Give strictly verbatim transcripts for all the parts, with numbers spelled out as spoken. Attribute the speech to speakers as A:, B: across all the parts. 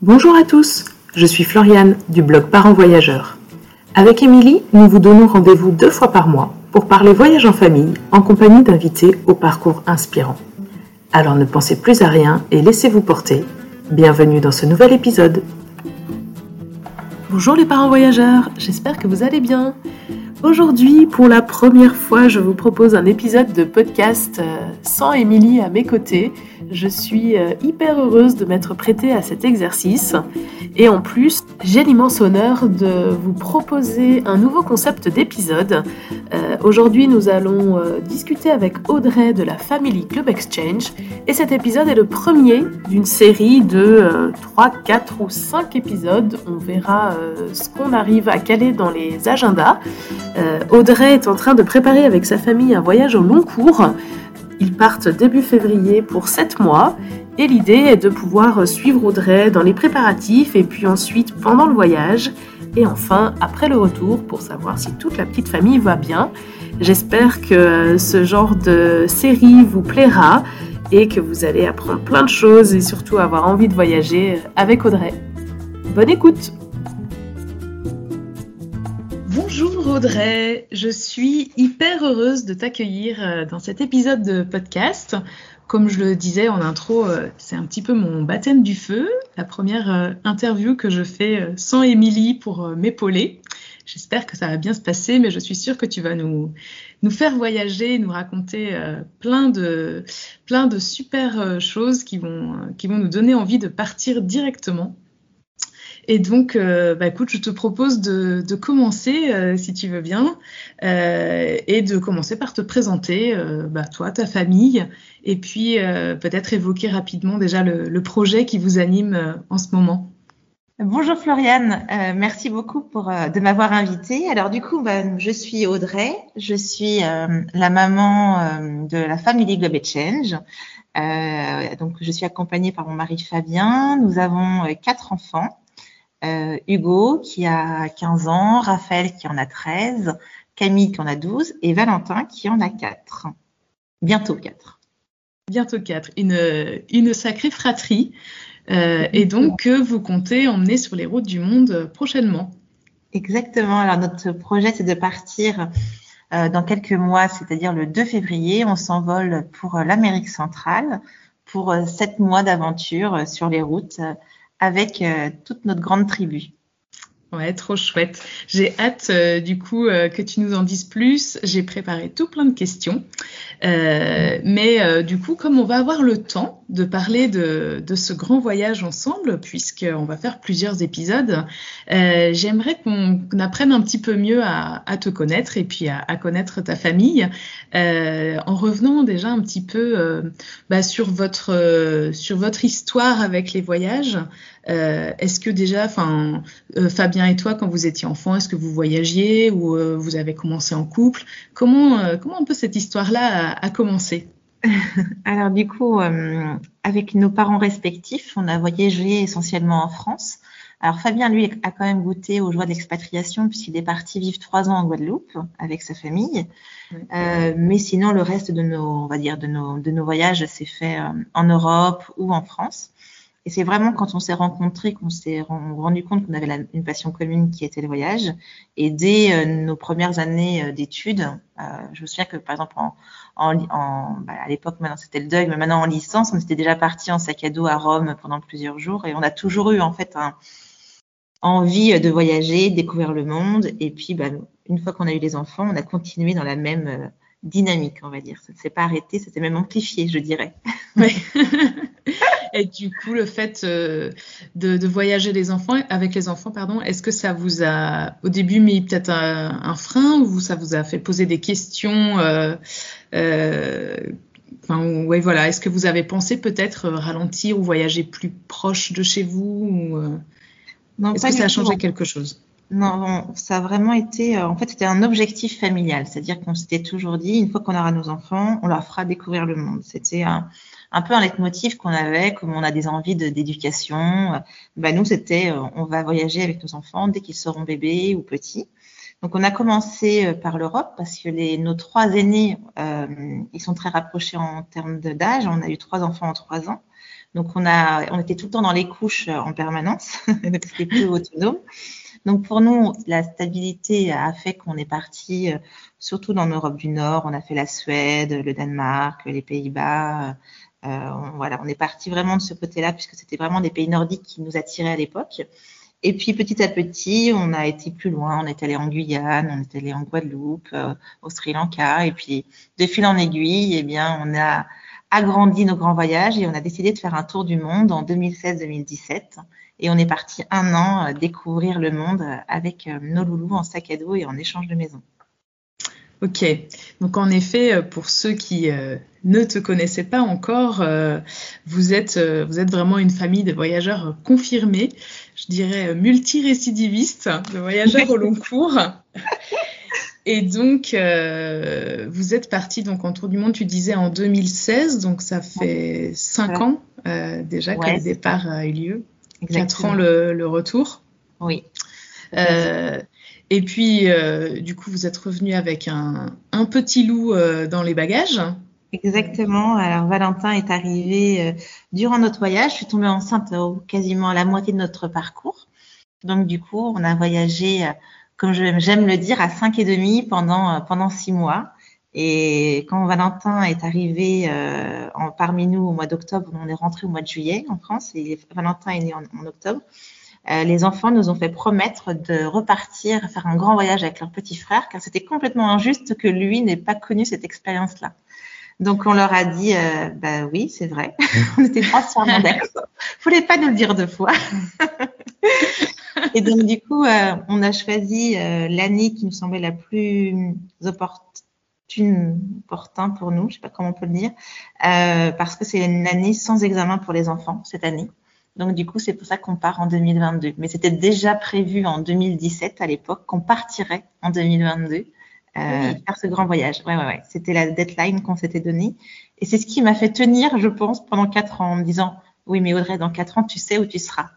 A: Bonjour à tous, je suis Floriane du blog Parents Voyageurs. Avec Émilie, nous vous donnons rendez-vous deux fois par mois pour parler voyage en famille en compagnie d'invités au parcours inspirant. Alors ne pensez plus à rien et laissez-vous porter. Bienvenue dans ce nouvel épisode. Bonjour les parents voyageurs, j'espère que vous allez bien. Aujourd'hui, pour la première fois, je vous propose un épisode de podcast sans Émilie à mes côtés. Je suis hyper heureuse de m'être prêtée à cet exercice. Et en plus, j'ai l'immense honneur de vous proposer un nouveau concept d'épisode. Euh, aujourd'hui, nous allons euh, discuter avec Audrey de la Family Club Exchange. Et cet épisode est le premier d'une série de euh, trois, quatre ou cinq épisodes. On verra euh, ce qu'on arrive à caler dans les agendas. Euh, Audrey est en train de préparer avec sa famille un voyage au long cours. Ils partent début février pour sept mois et l'idée est de pouvoir suivre Audrey dans les préparatifs et puis ensuite pendant le voyage et enfin après le retour pour savoir si toute la petite famille va bien. J'espère que ce genre de série vous plaira et que vous allez apprendre plein de choses et surtout avoir envie de voyager avec Audrey. Bonne écoute! Bonjour Audrey, je suis hyper heureuse de t'accueillir dans cet épisode de podcast. Comme je le disais en intro, c'est un petit peu mon baptême du feu, la première interview que je fais sans Émilie pour m'épauler. J'espère que ça va bien se passer, mais je suis sûre que tu vas nous, nous faire voyager, nous raconter plein de, plein de super choses qui vont, qui vont nous donner envie de partir directement. Et donc, euh, bah, écoute, je te propose de, de commencer, euh, si tu veux bien, euh, et de commencer par te présenter, euh, bah, toi, ta famille, et puis euh, peut-être évoquer rapidement déjà le, le projet qui vous anime euh, en ce moment.
B: Bonjour Floriane, euh, merci beaucoup pour euh, de m'avoir invitée. Alors du coup, bah, je suis Audrey, je suis euh, la maman euh, de la Family Club Exchange. Euh, donc, je suis accompagnée par mon mari Fabien. Nous avons euh, quatre enfants. Euh, Hugo qui a quinze ans, Raphaël qui en a treize, Camille qui en a douze et Valentin qui en a quatre. Bientôt quatre.
A: Bientôt quatre. Une, une sacrée fratrie. Euh, et donc que vous comptez emmener sur les routes du monde prochainement.
B: Exactement. Alors notre projet c'est de partir euh, dans quelques mois, c'est-à-dire le deux février. On s'envole pour l'Amérique centrale pour euh, sept mois d'aventure euh, sur les routes. Euh, avec euh, toute notre grande tribu.
A: Ouais, trop chouette. J'ai hâte euh, du coup euh, que tu nous en dises plus. J'ai préparé tout plein de questions. Euh, mais euh, du coup, comme on va avoir le temps de parler de, de ce grand voyage ensemble, puisqu'on va faire plusieurs épisodes, euh, j'aimerais qu'on, qu'on apprenne un petit peu mieux à, à te connaître et puis à, à connaître ta famille, euh, en revenant déjà un petit peu euh, bah, sur votre euh, sur votre histoire avec les voyages. Euh, est-ce que déjà, enfin, euh, Fabien et toi, quand vous étiez enfants, est-ce que vous voyagiez ou euh, vous avez commencé en couple? Comment euh, comment un peu cette histoire-là a, a commencé?
B: Alors du coup, euh, avec nos parents respectifs, on a voyagé essentiellement en France. Alors Fabien, lui, a quand même goûté aux joies d'expatriation puisqu'il est parti vivre trois ans en Guadeloupe avec sa famille. Oui. Euh, mais sinon, le reste de nos, on va dire, de nos, de nos voyages s'est fait euh, en Europe ou en France. Et c'est vraiment quand on s'est rencontrés qu'on s'est rendu compte qu'on avait la, une passion commune qui était le voyage. Et dès euh, nos premières années euh, d'études, euh, je me souviens que par exemple en, en, en bah, à l'époque maintenant c'était le deuil, mais maintenant en licence, on était déjà partis en sac à dos à Rome pendant plusieurs jours. Et on a toujours eu en fait un, envie de voyager, de découvrir le monde. Et puis bah, une fois qu'on a eu les enfants, on a continué dans la même euh, dynamique, on va dire. Ça ne s'est pas arrêté, ça s'est même amplifié, je dirais.
A: Oui. Et du coup, le fait euh, de, de voyager les enfants, avec les enfants, pardon, est-ce que ça vous a, au début, mis peut-être un, un frein ou ça vous a fait poser des questions euh, euh, enfin, ouais, voilà. Est-ce que vous avez pensé peut-être ralentir ou voyager plus proche de chez vous ou, euh,
B: non,
A: est-ce que ça a changé tout. quelque chose?
B: Non, ça a vraiment été, en fait, c'était un objectif familial. C'est-à-dire qu'on s'était toujours dit, une fois qu'on aura nos enfants, on leur fera découvrir le monde. C'était un, un peu un leitmotiv qu'on avait, comme on a des envies de, d'éducation. Ben, nous, c'était, on va voyager avec nos enfants dès qu'ils seront bébés ou petits. Donc, on a commencé par l'Europe parce que les, nos trois aînés, euh, ils sont très rapprochés en termes d'âge. On a eu trois enfants en trois ans. Donc, on a, on était tout le temps dans les couches en permanence. Donc, c'était plus autonome. Donc, pour nous, la stabilité a fait qu'on est parti euh, surtout dans l'Europe du Nord. On a fait la Suède, le Danemark, les Pays-Bas. Euh, on, voilà, on est parti vraiment de ce côté-là puisque c'était vraiment des pays nordiques qui nous attiraient à l'époque. Et puis, petit à petit, on a été plus loin. On est allé en Guyane, on est allé en Guadeloupe, euh, au Sri Lanka. Et puis, de fil en aiguille, eh bien, on a agrandi nos grands voyages et on a décidé de faire un tour du monde en deux mille seize deux mille dix-sept. Et on est parti un an euh, découvrir le monde avec euh, nos loulous en sac à dos et en échange de maison.
A: Ok, donc en effet, pour ceux qui euh, ne te connaissaient pas encore, euh, vous êtes, euh, vous êtes vraiment une famille de voyageurs confirmés, je dirais multirécidivistes, de voyageurs au long cours. Et donc, euh, vous êtes partis donc en tour du monde, tu disais en deux mille seize, donc ça fait cinq ans euh, déjà
B: ouais,
A: que le départ a eu lieu,
B: Exactement.
A: quatre ans le, le retour.
B: Oui.
A: Euh, et puis, euh, du coup, vous êtes revenu avec un, un petit loup euh, dans les bagages.
B: Exactement. Alors, Valentin est arrivé euh, durant notre voyage. Je suis tombée enceinte euh, quasiment à la moitié de notre parcours. Donc, du coup, on a voyagé, euh, comme je, j'aime le dire, à cinq et demi pendant, euh, pendant six mois. Et quand Valentin est arrivé euh, en, parmi nous au mois d'octobre, on est rentré au mois de juillet en France et Valentin est né en, en octobre. Euh, les enfants nous ont fait promettre de repartir, faire un grand voyage avec leur petit frère, car c'était complètement injuste que lui n'ait pas connu cette expérience-là. Donc, on leur a dit, euh, bah oui, c'est vrai. On était entièrement d'accord. Fallait pas nous le dire deux fois. Et donc, du coup, euh, on a choisi euh, l'année qui nous semblait la plus opportune, opportun pour nous, je sais pas comment on peut le dire, euh, parce que c'est une année sans examen pour les enfants, cette année. Donc, du coup, c'est pour ça qu'on part en deux mille vingt-deux. Mais c'était déjà prévu en deux mille dix-sept, à l'époque, qu'on partirait en deux mille vingt-deux euh, oui. faire ce grand voyage. Ouais, ouais, ouais. C'était la deadline qu'on s'était donnée. Et c'est ce qui m'a fait tenir, je pense, pendant quatre ans, en me disant, oui, mais Audrey, dans quatre ans, tu sais où tu seras.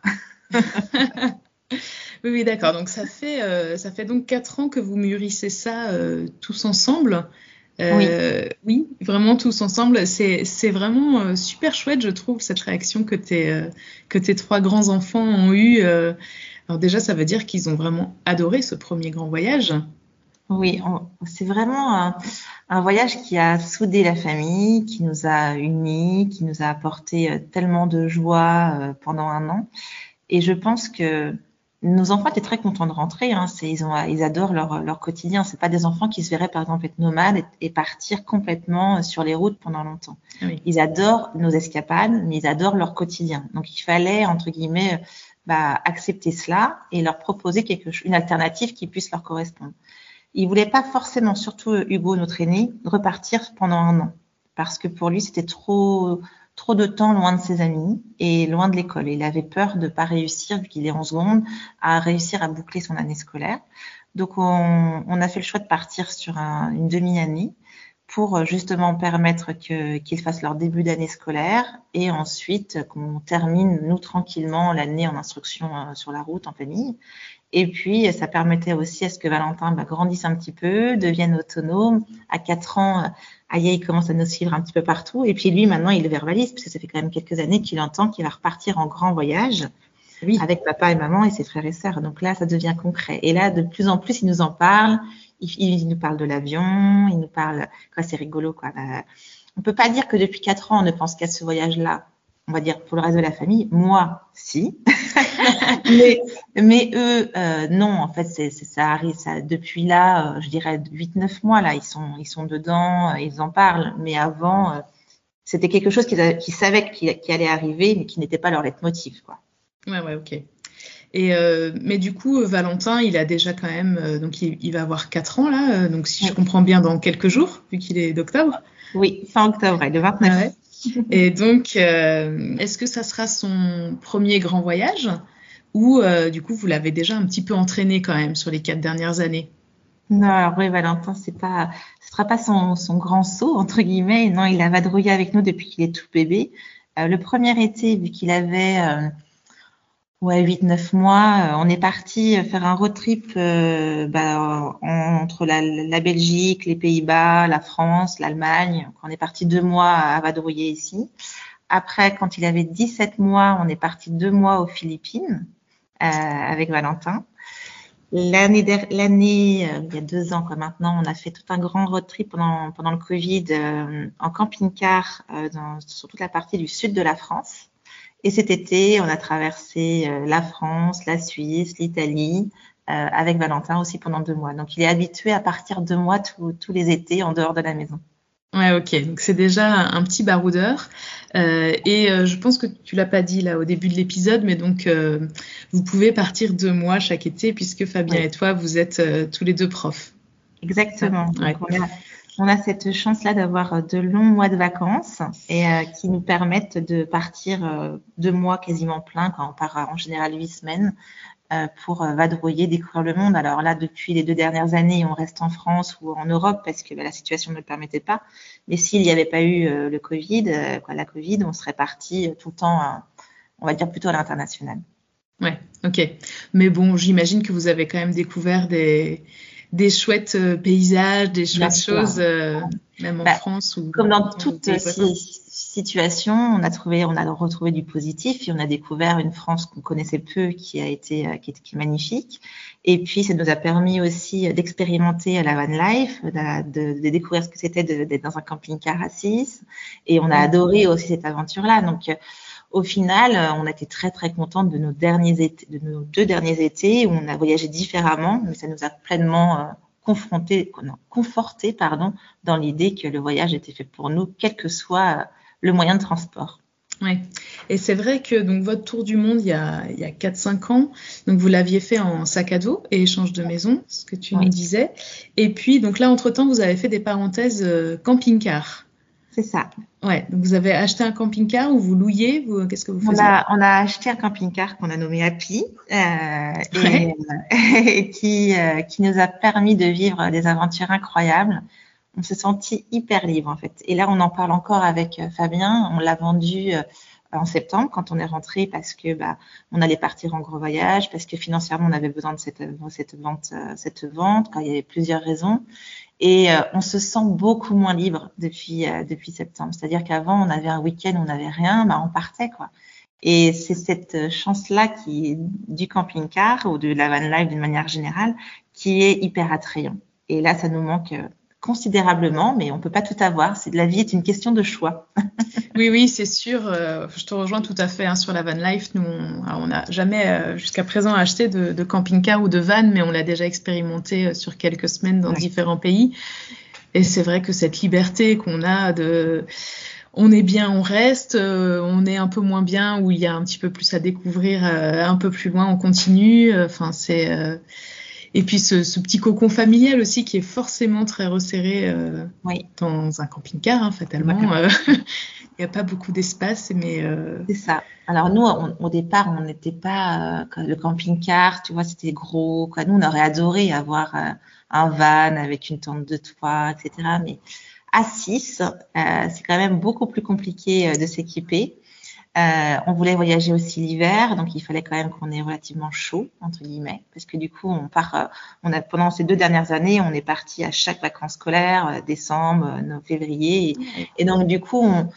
A: Oui, oui, d'accord. Donc, ça fait, euh, ça fait donc quatre ans que vous mûrissez ça euh, tous ensemble. Euh, oui. oui, vraiment tous ensemble. C'est, c'est vraiment euh, super chouette, je trouve, cette réaction que tes, euh, que tes trois grands-enfants ont eue. Euh. Alors déjà, ça veut dire qu'ils ont vraiment adoré ce premier grand voyage.
B: Oui, on, c'est vraiment un, un voyage qui a soudé la famille, qui nous a unis, qui nous a apporté euh, tellement de joie euh, pendant un an. Et je pense que nos enfants étaient très contents de rentrer. Hein. C'est, ils, ont, ils adorent leur, leur quotidien. C'est pas des enfants qui se verraient, par exemple, être nomades et, et partir complètement sur les routes pendant longtemps. Oui. Ils adorent nos escapades, mais ils adorent leur quotidien. Donc, il fallait, entre guillemets, bah, accepter cela et leur proposer quelque chose, une alternative qui puisse leur correspondre. Ils voulaient pas forcément, surtout Hugo, notre aîné, repartir pendant un an. Parce que pour lui, c'était trop... trop de temps loin de ses amis et loin de l'école. Il avait peur de ne pas réussir, vu qu'il est en seconde, à réussir à boucler son année scolaire. Donc, on, on a fait le choix de partir sur un, une demi-année pour justement permettre que, qu'ils fassent leur début d'année scolaire et ensuite qu'on termine, nous, tranquillement, l'année en instruction sur la route, en famille. Et puis, ça permettait aussi à ce que Valentin bah, grandisse un petit peu, devienne autonome. À quatre ans, Aïe, il commence à nous suivre un petit peu partout. Et puis lui, maintenant, il le verbalise, parce que ça fait quand même quelques années qu'il entend qu'il va repartir en grand voyage oui. avec papa et maman et ses frères et sœurs. Donc là, ça devient concret. Et là, de plus en plus, il nous en parle. Il, il nous parle de l'avion. Il nous parle... Quoi, c'est rigolo, quoi. Bah, on peut pas dire que depuis quatre ans, on ne pense qu'à ce voyage-là. On va dire pour le reste de la famille. Moi, si. mais, mais eux, euh, non. En fait, c'est, c'est, ça arrive. Ça, depuis là, euh, je dirais huit neuf mois, là, ils sont, ils sont dedans, euh, ils en parlent. Mais avant, euh, c'était quelque chose qu'ils, qu'ils savaient qui, qui allait arriver, mais qui n'était pas leur leitmotiv, quoi.
A: Ouais, ouais, ok. Et euh, mais du coup, Valentin, il a déjà quand même, euh, donc il, il va avoir quatre ans là. Euh, donc si oui. je comprends bien, dans quelques jours, vu qu'il est d'octobre.
B: Oui, fin octobre, le vingt-neuf.
A: Ah ouais. Et donc, euh, est-ce que ça sera son premier grand voyage ou euh, du coup, vous l'avez déjà un petit peu entraîné quand même sur les quatre dernières années?
B: Non, alors oui, Valentin, c'est pas, ce sera pas son, son grand saut entre guillemets. Non, il a vadrouillé avec nous depuis qu'il est tout bébé. Euh, le premier été, vu qu'il avait euh, ouais huit neuf mois, euh, on est parti faire un road trip euh, bah, en, entre la, la Belgique, les Pays-Bas, la France, l'Allemagne. On est parti deux mois à vadrouiller ici. Après, quand il avait dix-sept mois, on est parti deux mois aux Philippines euh, avec Valentin. L'année, l'année euh, il y a deux ans, quoi, maintenant, on a fait tout un grand road trip pendant, pendant le Covid euh, en camping-car euh, dans, sur toute la partie du sud de la France. Et cet été, on a traversé euh, la France, la Suisse, l'Italie, euh, avec Valentin aussi pendant deux mois. Donc, il est habitué à partir deux mois tous, tous les étés en dehors de la maison.
A: Ouais, ok. Donc c'est déjà un petit baroudeur. Euh, et euh, je pense que tu l'as pas dit là au début de l'épisode, mais donc euh, vous pouvez partir deux mois chaque été puisque Fabien
B: Oui.
A: et toi vous êtes euh, tous les deux profs.
B: Exactement.
A: Ouais.
B: Donc, on a, on a cette chance-là d'avoir de longs mois de vacances et euh, qui nous permettent de partir euh, deux mois quasiment pleins, quand on part en général huit semaines. Euh, pour euh, vadrouiller, découvrir le monde. Alors là, depuis les deux dernières années, on reste en France ou en Europe parce que bah, la situation ne le permettait pas. Mais s'il n'y avait pas eu euh, le Covid, euh, quoi, la Covid, on serait parti tout le temps, euh, on va dire plutôt à l'international.
A: Ouais, ok. Mais bon, j'imagine que vous avez quand même découvert des, des chouettes euh, paysages, des chouettes
B: Bien
A: choses,
B: sûr.
A: euh, même en
B: Bah,
A: France. Ou
B: comme dans
A: dans
B: toute
A: les pays voisins.
B: situation, on a trouvé, on a retrouvé du positif et on a découvert une France qu'on connaissait peu, qui a été, qui est, qui est magnifique. Et puis, ça nous a permis aussi d'expérimenter la van life, de, de, de découvrir ce que c'était d'être dans un camping-car à six. Et on a adoré aussi cette aventure-là. Donc, au final, on a été très très contente de nos derniers étés, de nos deux derniers étés où on a voyagé différemment, mais ça nous a pleinement euh, confronté, non, conforté, pardon, dans l'idée que le voyage était fait pour nous, quel que soit euh, le moyen de transport.
A: Ouais. Et c'est vrai que donc votre tour du monde il y a il y a quatre cinq ans, donc vous l'aviez fait en sac à dos et échange de maison, ce que tu
B: Oui.
A: nous disais. Et puis donc là entre-temps vous avez fait des parenthèses euh, camping-car.
B: C'est ça.
A: Ouais, donc vous avez acheté un camping-car ou vous louiez, vous, qu'est-ce que vous faisiez?
B: On a, on a acheté un camping-car qu'on a nommé Happy euh,
A: Ouais.
B: et, et qui, euh, qui nous a permis de vivre des aventures incroyables. On s'est senti hyper libre en fait. Et là, on en parle encore avec euh, Fabien. On l'a vendu euh, en septembre quand on est rentré parce que bah, on allait partir en gros voyage, parce que financièrement, on avait besoin de cette, cette vente, euh, cette vente. Quand il y avait plusieurs raisons. Et euh, on se sent beaucoup moins libre depuis euh, depuis septembre. C'est-à-dire qu'avant, on avait un week-end, on n'avait rien, bah on partait quoi. Et c'est cette chance-là qui du camping-car ou de la van life d'une manière générale qui est hyper attrayant. Et là, ça nous manque considérablement, mais on peut pas tout avoir. C'est de la vie est une question de choix.
A: Oui, oui, c'est sûr. Euh, je te rejoins tout à fait hein, sur la van life. Nous, on n'a jamais euh, jusqu'à présent acheté de, de camping-car ou de van, mais on l'a déjà expérimenté euh, sur quelques semaines dans
B: Ouais.
A: différents pays. Et c'est vrai que cette liberté qu'on a de, on est bien, on reste, euh, on est un peu moins bien où il y a un petit peu plus à découvrir, euh, un peu plus loin, on continue. Enfin, c'est euh, et puis ce, ce petit cocon familial aussi qui est forcément très resserré euh,
B: Oui.
A: dans un camping-car, hein, fatalement.
B: Ouais.
A: Euh, il n'y a pas beaucoup d'espace, mais euh...
B: c'est ça. Alors nous, on, au départ, on n'était pas euh, le camping-car, tu vois, c'était gros. Quoi. Nous, on aurait adoré avoir euh, un van avec une tente de toit, et cetera. Mais à six, euh, c'est quand même beaucoup plus compliqué euh, de s'équiper. Euh, on voulait voyager aussi l'hiver, donc il fallait quand même qu'on ait relativement chaud entre guillemets, parce que du coup, on part. Euh, on a pendant ces deux dernières années, on est parti à chaque vacances scolaires, euh, décembre, euh, février, et, et donc du coup, on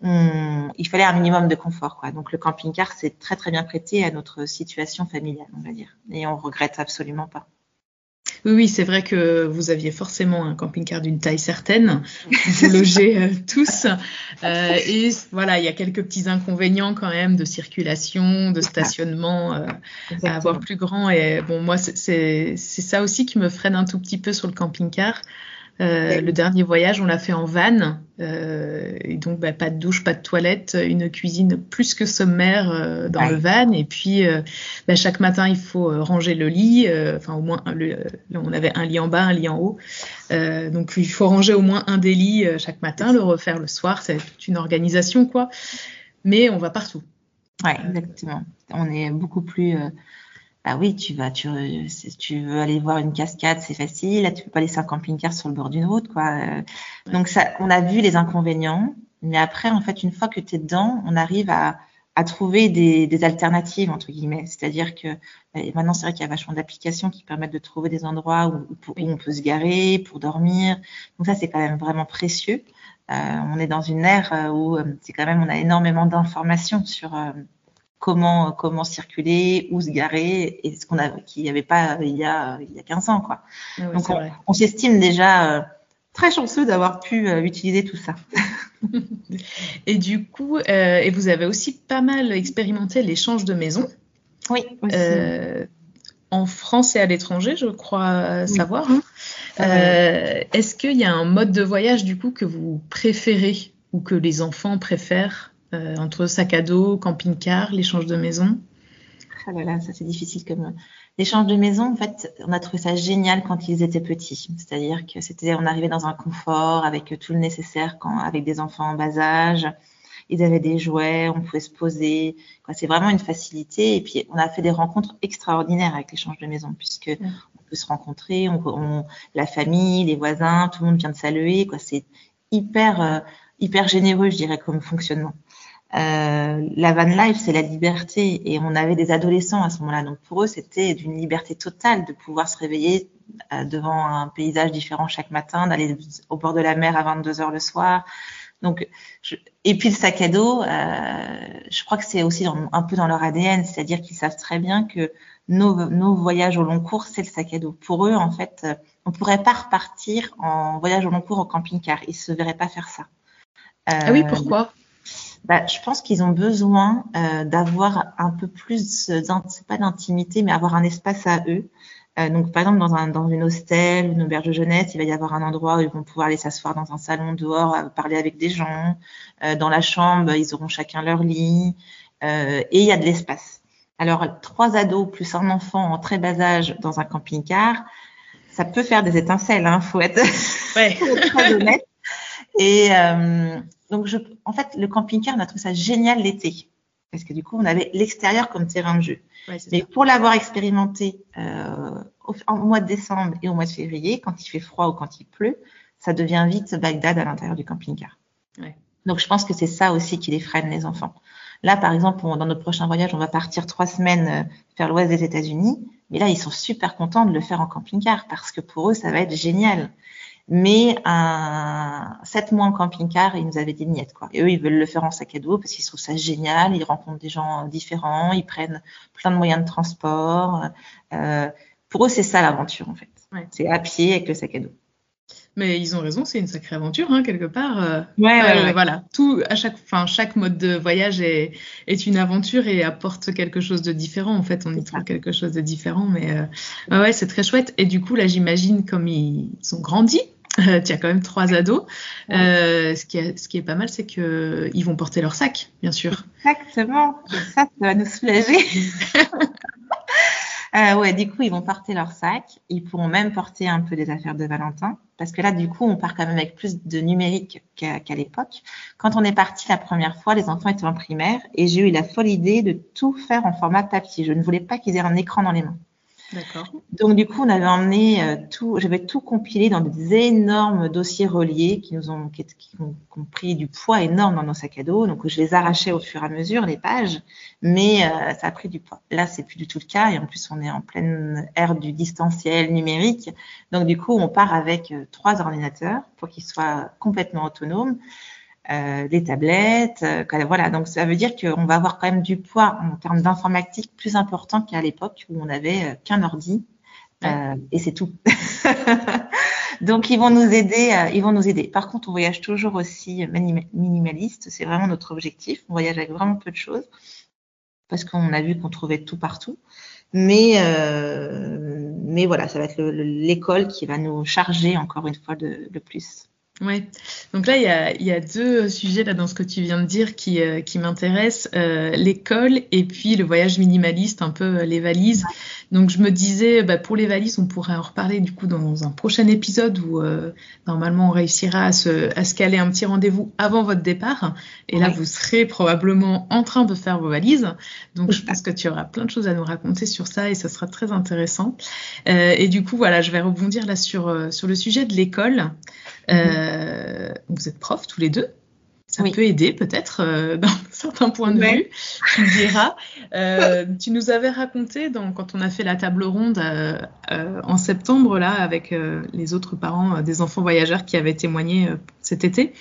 B: On, il fallait un minimum de confort, quoi. Donc le camping-car c'est très très bien prêté à notre situation familiale, on va dire, et on regrette absolument pas.
A: Oui, oui, c'est vrai que vous aviez forcément un camping-car d'une taille certaine, vous logez euh, tous, euh, et voilà, il y a quelques petits inconvénients quand même de circulation, de stationnement euh, à avoir plus grand. Et bon, moi, c'est, c'est, c'est ça aussi qui me freine un tout petit peu sur le camping-car. Euh, le dernier voyage, on l'a fait en van, euh, et donc bah, pas de douche, pas de toilette, une cuisine plus que sommaire euh, dans ouais. le van, et puis euh, bah, chaque matin il faut euh, ranger le lit, enfin euh, au moins le, là, on avait un lit en bas, un lit en haut, euh, donc il faut ranger au moins un des lits euh, chaque matin, le refaire le soir, c'est toute une organisation quoi, mais on va partout.
B: Ouais, exactement. On est beaucoup plus euh... Bah oui, tu vas, tu, tu veux aller voir une cascade, c'est facile. Là, tu peux pas laisser un camping-car sur le bord d'une route, quoi. Ouais. Donc ça, on a vu les inconvénients, mais après, en fait, une fois que tu es dedans, on arrive à, à trouver des, des alternatives entre guillemets. C'est-à-dire que maintenant, c'est vrai qu'il y a vachement d'applications qui permettent de trouver des endroits où, où, où on peut se garer pour dormir. Donc ça, c'est quand même vraiment précieux. Euh, on est dans une ère euh, où euh, c'est quand même, on a énormément d'informations sur euh, comment comment circuler, où se garer, et ce qu'on a, qu'il n'y avait pas il y a il y a quinze ans, quoi.
A: Ah oui,
B: Donc
A: c'est
B: on,
A: vrai.
B: on s'estime déjà euh, très chanceux d'avoir pu euh, utiliser tout ça.
A: Et du coup, euh, et vous avez aussi pas mal expérimenté l'échange de maisons.
B: Oui, aussi.
A: Euh, en France et à l'étranger, je crois
B: Oui.
A: savoir. Hein.
B: Ouais,
A: Euh,
B: ouais.
A: Est-ce qu'il y a un mode de voyage du coup que vous préférez ou que les enfants préfèrent euh, entre sac à dos, camping-car, l'échange de maison?
B: Ah là là, ça c'est difficile comme l'échange de maison. En fait, on a trouvé ça génial quand ils étaient petits. C'est-à-dire que c'était, on arrivait dans un confort avec tout le nécessaire, quand avec des enfants en bas âge. Ils avaient des jouets, on pouvait se poser. Quoi, c'est vraiment une facilité. Et puis, on a fait des rencontres extraordinaires avec l'échange de maison, puisque
A: Ouais.
B: on peut se rencontrer, on, on, la famille, les voisins, tout le monde vient de saluer. Quoi, c'est hyper, euh, hyper généreux, je dirais, comme fonctionnement. Euh, la van life, c'est la liberté, et on avait des adolescents à ce moment-là. Donc pour eux, c'était d'une liberté totale de pouvoir se réveiller euh, devant un paysage différent chaque matin, d'aller au bord de la mer à vingt-deux heures le soir. Donc, je, et puis le sac à dos, euh, je crois que c'est aussi dans, un peu dans leur A D N, c'est-à-dire qu'ils savent très bien que nos, nos voyages au long cours, c'est le sac à dos. Pour eux, en fait, on pourrait pas repartir en voyage au long cours au camping-car. Ils se verraient pas faire ça. Euh,
A: Ah oui, pourquoi?
B: Bah, je pense qu'ils ont besoin euh, d'avoir un peu plus, c'est pas d'intimité, mais avoir un espace à eux. Euh, donc, par exemple, dans, un, dans une hostel ou une auberge de jeunesse, il va y avoir un endroit où ils vont pouvoir aller s'asseoir dans un salon dehors, à parler avec des gens. Euh, dans la chambre, ils auront chacun leur lit euh, et il y a de l'espace. Alors, trois ados plus un enfant en très bas âge dans un camping-car, ça peut faire des étincelles, hein, faut être,
A: Ouais.
B: faut être très honnête. Et euh, donc, je, en fait, le camping-car, on a trouvé ça génial l'été. Parce que du coup, on avait l'extérieur comme terrain de jeu.
A: Ouais, c'est
B: Mais
A: ça.
B: pour l'avoir expérimenté euh, au, au mois de décembre et au mois de février, quand il fait froid ou quand il pleut, ça devient vite Bagdad à l'intérieur du camping-car.
A: Ouais.
B: Donc, je pense que c'est ça aussi qui les freine, les enfants. Là, par exemple, on, dans notre prochain voyage, on va partir trois semaines euh, faire l'ouest des États-Unis. Mais là, ils sont super contents de le faire en camping-car parce que pour eux, ça va être génial. Mais un sept mois en camping-car, ils nous avaient dit niette, quoi. Et eux, ils veulent le faire en sac à dos parce qu'ils trouvent ça génial. Ils rencontrent des gens différents, ils prennent plein de moyens de transport. Euh, pour eux, c'est ça l'aventure, en fait.
A: Ouais.
B: C'est à pied avec le sac à dos.
A: Mais ils ont raison, c'est une sacrée aventure, hein, quelque part. Euh,
B: Ouais, ouais,
A: euh,
B: ouais.
A: Voilà, tout, à chaque, enfin, chaque mode de voyage est, est une aventure et apporte quelque chose de différent. En fait, on y
B: C'est
A: trouve
B: ça.
A: quelque chose de différent, mais euh, ouais, ouais, c'est très chouette. Et du coup, là, j'imagine comme ils ont grandi. Euh, tu as quand même trois ados.
B: Ouais.
A: Euh, ce, qui est, ce qui est pas mal, c'est que ils vont porter leur sac, bien sûr.
B: Exactement. Et ça, ça va nous soulager. Euh, ouais, du coup, ils vont porter leur sac. Ils pourront même porter un peu des affaires de Valentin. Parce que là, du coup, on part quand même avec plus de numérique qu'à, qu'à l'époque. Quand on est parti la première fois, les enfants étaient en primaire et j'ai eu la folle idée de tout faire en format papier. Je ne voulais pas qu'ils aient un écran dans les mains.
A: D'accord.
B: Donc, du coup, on avait emmené euh, tout, j'avais tout compilé dans des énormes dossiers reliés qui nous ont, qui, qui ont, qui ont pris du poids énorme dans nos sacs à dos. Donc, je les arrachais au fur et à mesure, les pages, mais euh, ça a pris du poids. Là, c'est plus du tout le cas. Et en plus, on est en pleine ère du distanciel numérique. Donc, du coup, on part avec euh, trois ordinateurs pour qu'ils soient complètement autonomes. Euh, des tablettes, euh, voilà. Donc ça veut dire qu'on va avoir quand même du poids en termes d'informatique plus important qu'à l'époque où on n'avait euh, qu'un ordi euh, ouais. Et c'est tout. Donc ils vont nous aider, euh, ils vont nous aider. Par contre, on voyage toujours aussi minimaliste. C'est vraiment notre objectif. On voyage avec vraiment peu de choses parce qu'on a vu qu'on trouvait tout partout. Mais euh, mais voilà, ça va être le, le, l'école qui va nous charger encore une fois de, de plus.
A: Ouais. Donc là, il y a, il y a deux sujets là dans ce que tu viens de dire qui, euh, qui m'intéressent, euh, l'école et puis le voyage minimaliste, un peu euh, les valises. Ouais. Donc je me disais, bah, pour les valises, on pourrait en reparler du coup dans un prochain épisode où euh, normalement on réussira à se, à se caler un petit rendez-vous avant votre départ. Et là, ouais. Vous serez probablement en train de faire vos valises. Donc je pense que tu auras plein de choses à nous raconter sur ça et ça sera très intéressant. Euh, et du coup, voilà, je vais rebondir là sur, euh, sur le sujet de l'école. Euh, vous êtes profs tous les deux, ça oui. peut aider peut-être euh, dans certains points de ouais. vue, tu me diras. Euh, tu nous avais raconté dans, quand on a fait la table ronde euh, euh, en septembre là avec euh, les autres parents euh, des enfants voyageurs qui avaient témoigné euh, cet été,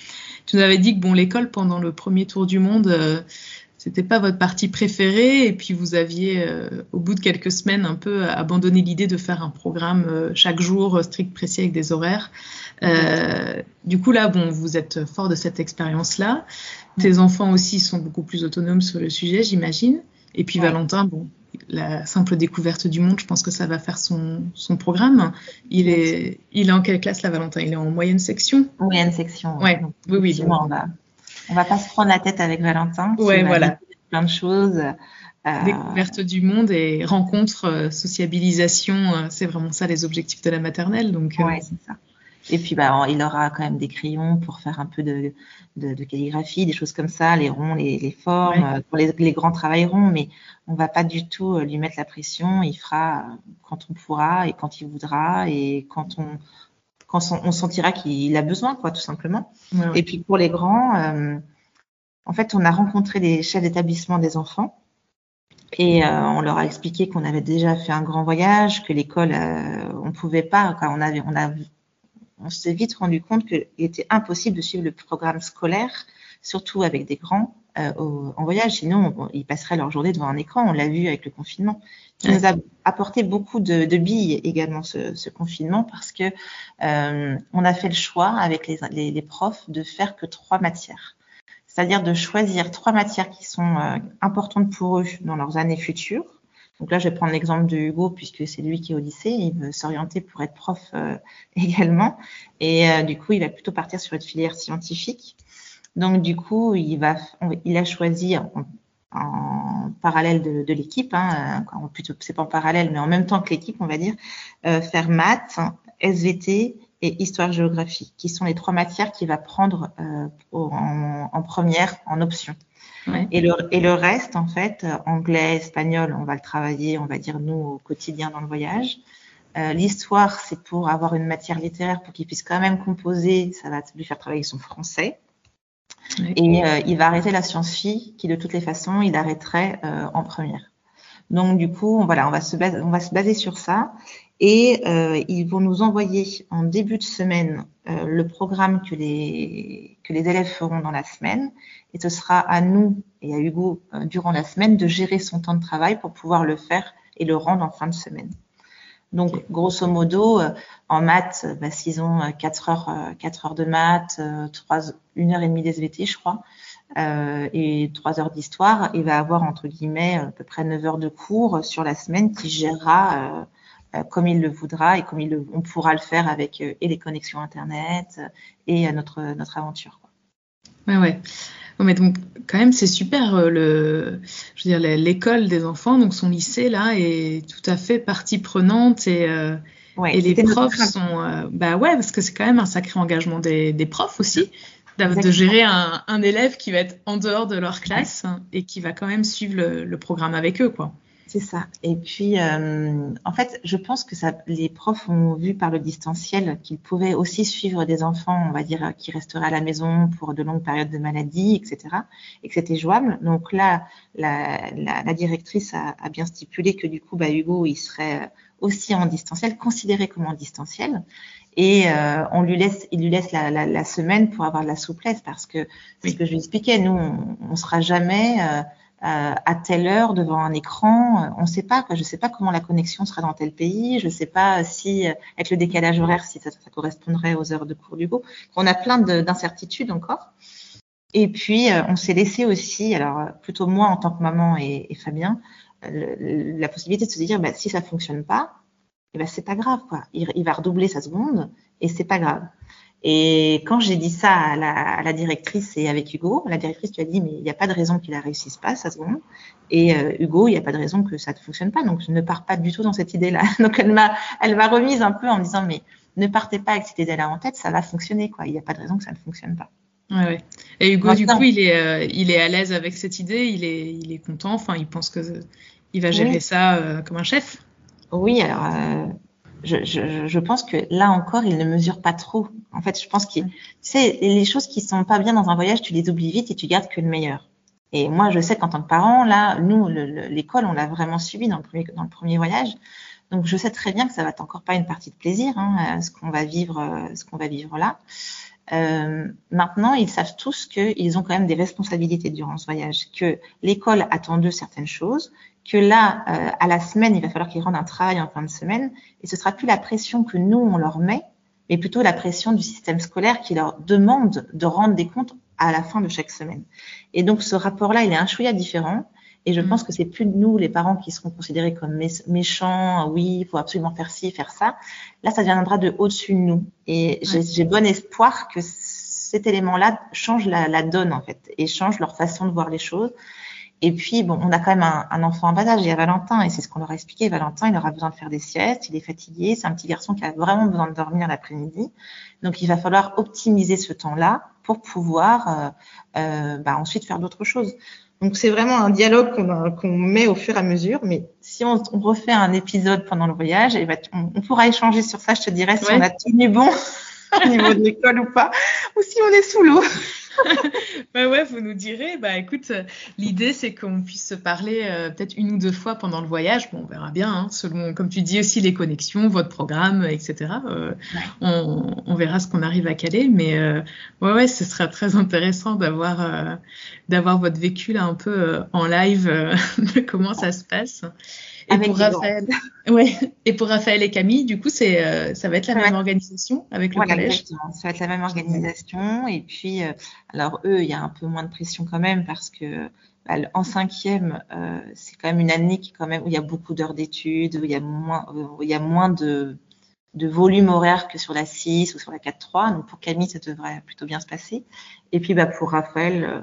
A: tu nous avais dit que bon, l'école pendant le premier tour du monde, euh, c'était pas votre partie préférée, et puis vous aviez, euh, au bout de quelques semaines, un peu abandonné l'idée de faire un programme euh, chaque jour, euh, strict, précis, avec des horaires. Euh, du coup, là, bon, vous êtes fort de cette expérience-là. Tes enfants aussi sont beaucoup plus autonomes sur le sujet, j'imagine. Et puis ouais. Valentin, bon, la simple découverte du monde, je pense que ça va faire son, son programme. Il est, il est en quelle classe, là, Valentin? Il est en moyenne section?
B: Moyenne section,
A: ouais. Donc, oui, oui. Donc,
B: on va, on va pas se prendre la tête avec Valentin.
A: Ouais,
B: va
A: voilà.
B: Plein de choses.
A: Euh... Découverte du monde et rencontre, sociabilisation, c'est vraiment ça les objectifs de la maternelle. Donc,
B: ouais, euh... c'est ça. Et puis, bah, il aura quand même des crayons pour faire un peu de, de, de calligraphie, des choses comme ça, les ronds, les, les formes. Ouais. Pour les, les grands travailleront, mais on va pas du tout lui mettre la pression. Il fera quand on pourra et quand il voudra et quand on, quand on, on sentira qu'il a besoin, quoi, tout simplement. Ouais, ouais. Et puis, pour les grands, euh, en fait, on a rencontré les chefs d'établissement des enfants. Et euh, on leur a expliqué qu'on avait déjà fait un grand voyage, que l'école, euh, on pouvait pas, quoi, on avait, on a on s'est vite rendu compte qu'il était impossible de suivre le programme scolaire, surtout avec des grands, euh, au, en voyage. Sinon, on, ils passeraient leur journée devant un écran. On l'a vu avec le confinement. Qui ouais. nous a apporté beaucoup de, de billes également, ce, ce confinement, parce que euh, on a fait le choix avec les, les, les profs de faire que trois matières. C'est-à-dire de choisir trois matières qui sont euh, importantes pour eux dans leurs années futures. Donc là, je vais prendre l'exemple de Hugo, puisque c'est lui qui est au lycée. Il veut s'orienter pour être prof euh, également. Et euh, du coup, il va plutôt partir sur une filière scientifique. Donc, du coup, il, va, il a choisi en, en parallèle de, de l'équipe, hein, plutôt, c'est pas en parallèle, mais en même temps que l'équipe, on va dire, euh, faire maths, S V T et histoire-géographie, qui sont les trois matières qu'il va prendre euh, en, en première, en option. Ouais. Et, le, et le reste, en fait, anglais, espagnol, on va le travailler, on va dire, nous, au quotidien dans le voyage. Euh, l'histoire, c'est pour avoir une matière littéraire pour qu'il puisse quand même composer, ça va lui faire travailler son français. Ouais. Et euh, il va arrêter la science-phi, qui de toutes les façons, il arrêterait euh, en première. Donc, du coup, on, voilà, on va se baser, on va se baser sur ça. Et euh, ils vont nous envoyer en début de semaine euh, le programme que les, que les élèves feront dans la semaine. Et ce sera à nous et à Hugo, euh, durant la semaine, de gérer son temps de travail pour pouvoir le faire et le rendre en fin de semaine. Donc, okay. grosso modo, euh, en maths, bah, s'ils ont quatre heures, euh, quatre heures de maths, euh, trois, une heure et demie d'S V T, je crois, euh, et trois heures d'histoire, il va avoir, entre guillemets, à peu près neuf heures de cours sur la semaine qui gérera euh, comme il le voudra et comme il le, on pourra le faire avec euh, et les connexions Internet euh, et euh, notre, notre aventure, quoi.
A: Ouais, ouais. Oh, mais donc, quand même, c'est super. Euh, le, je veux dire, l'école des enfants, donc son lycée, là, est tout à fait partie prenante et, euh, ouais, et les profs sont... Euh, bah ouais, parce que c'est quand même un sacré engagement des, des profs aussi, de, de gérer un, un élève qui va être en dehors de leur classe ouais. et qui va quand même suivre le, le programme avec eux, quoi.
B: C'est ça. Et puis, euh, en fait, je pense que ça, les profs ont vu par le distanciel qu'ils pouvaient aussi suivre des enfants, on va dire, qui resteraient à la maison pour de longues périodes de maladie, et cetera, et que c'était jouable. Donc là, la, la, la directrice a, a bien stipulé que du coup, bah, Hugo, il serait aussi en distanciel, considéré comme en distanciel. Et euh, on lui laisse, il lui laisse la, la, la semaine pour avoir de la souplesse, parce que c'est ce que je lui expliquais. Nous, on, on sera jamais euh, Euh, à telle heure devant un écran, on ne sait pas, quoi. Je ne sais pas comment la connexion sera dans tel pays, je ne sais pas si, avec le décalage horaire, si ça, ça correspondrait aux heures de cours d'Hugo. On a plein de, d'incertitudes encore. Et puis, euh, on s'est laissé aussi, alors plutôt moi en tant que maman et, et Fabien, le, la possibilité de se dire, bah, si ça ne fonctionne pas, eh ben, c'est pas grave, quoi. Il, il va redoubler sa seconde et c'est pas grave. Et quand j'ai dit ça à la, à la directrice et avec Hugo, la directrice lui a dit, mais il n'y a pas de raison qu'il ne réussisse pas, sa seconde. Et euh, Hugo, il n'y a pas de raison que ça ne fonctionne pas. Donc, je ne pars pas du tout dans cette idée-là. Donc, elle m'a, elle m'a remise un peu en me disant, mais ne partez pas avec cette idée-là en tête, ça va fonctionner, quoi. Il n'y a pas de raison que ça ne fonctionne pas.
A: Ouais, ouais. Et Hugo, Maintenant, du coup, il est, euh, il est à l'aise avec cette idée, il est, il est content, enfin, il pense que euh, il va gérer oui. ça euh, comme un chef.
B: Oui, alors... Euh... Je, je, je pense que là encore, il ne mesure pas trop. En fait, je pense que, tu sais, les choses qui sont pas bien dans un voyage, tu les oublies vite et tu gardes que le meilleur. Et moi, je sais qu'en tant que parent, là, nous, le, le, l'école, on l'a vraiment suivi dans le premier, dans le premier voyage. Donc, je sais très bien que ça va être encore pas une partie de plaisir, hein, ce qu'on va vivre, ce qu'on va vivre là. Euh, maintenant, ils savent tous qu'ils ont quand même des responsabilités durant ce voyage, que l'école attend d'eux certaines choses, que là, euh, à la semaine, il va falloir qu'ils rendent un travail en fin de semaine, et ce sera plus la pression que nous, on leur met, mais plutôt la pression du système scolaire qui leur demande de rendre des comptes à la fin de chaque semaine. Et donc, ce rapport-là, il est un chouïa différent. Et je mmh. pense que c'est plus nous, les parents, qui seront considérés comme méchants. Oui, il faut absolument faire ci, faire ça. Là, ça viendra de au-dessus de nous. Et j'ai, j'ai bon espoir que cet élément-là change la, la donne, en fait, et change leur façon de voir les choses. Et puis, bon, on a quand même un, un enfant en bas âge, il y a Valentin, et c'est ce qu'on leur a expliqué. Valentin, il aura besoin de faire des siestes, il est fatigué, c'est un petit garçon qui a vraiment besoin de dormir l'après-midi. Donc, il va falloir optimiser ce temps-là pour pouvoir euh, euh, bah, ensuite faire d'autres choses. Donc, c'est vraiment un dialogue qu'on, a, qu'on met au fur et à mesure. Mais si on, on refait un épisode pendant le voyage, et bah, on, on pourra échanger sur ça. Je te dirai si ouais. on a tenu bon au niveau de l'école ou pas, ou si on est sous l'eau.
A: bah ouais, vous nous direz. Bah écoute, l'idée c'est qu'on puisse se parler euh, peut-être une ou deux fois pendant le voyage. Bon, on verra bien, hein, selon, comme tu dis aussi, les connexions, votre programme, et cetera. Euh, ouais. on, on verra ce qu'on arrive à caler. Mais euh, ouais, ouais, ce sera très intéressant d'avoir euh, d'avoir votre vécu là un peu euh, en live euh, de comment ça se passe. Et
B: avec
A: pour Raphaël, ouais. Et pour Raphaël et Camille, du coup, c'est euh, ça va être la ça même être... organisation avec le
B: voilà,
A: collège.
B: Exactement. Ça va être la même organisation. Et puis, euh, alors eux, il y a un peu moins de pression quand même parce que bah, en cinquième, euh, c'est quand même une année qui quand même où il y a beaucoup d'heures d'études, où il y a moins, où il y a moins de de volume horaire que sur la six ou sur la quatre trois. Donc pour Camille, ça devrait plutôt bien se passer. Et puis bah pour Raphaël. Euh,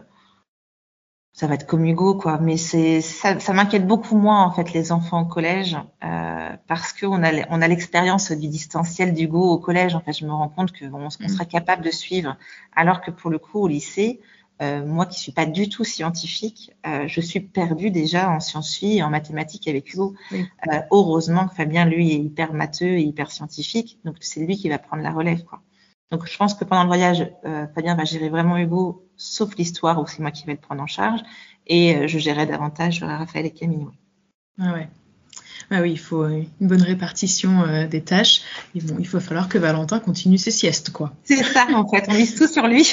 B: ça va être comme Hugo, quoi. Mais c'est ça, ça m'inquiète beaucoup moins en fait les enfants au collège euh, parce que on a on a l'expérience du distanciel d'Hugo au collège. En fait, je me rends compte que on, on sera capable de suivre, alors que pour le coup au lycée, euh, moi qui suis pas du tout scientifique, euh, je suis perdue déjà en sciences et en mathématiques avec Hugo. Oui. Euh, heureusement que Fabien lui est hyper matheux et hyper scientifique, donc c'est lui qui va prendre la relève, quoi. Donc, je pense que pendant le voyage, euh, Fabien va gérer vraiment Hugo, sauf l'histoire où c'est moi qui vais le prendre en charge. Et euh, je gérerai davantage Raphaël et Camille.
A: Ah ouais. Ah oui, il faut une bonne répartition euh, des tâches. Il, bon, il va falloir que Valentin continue ses siestes, quoi.
B: C'est ça, en fait. On mise tout sur lui.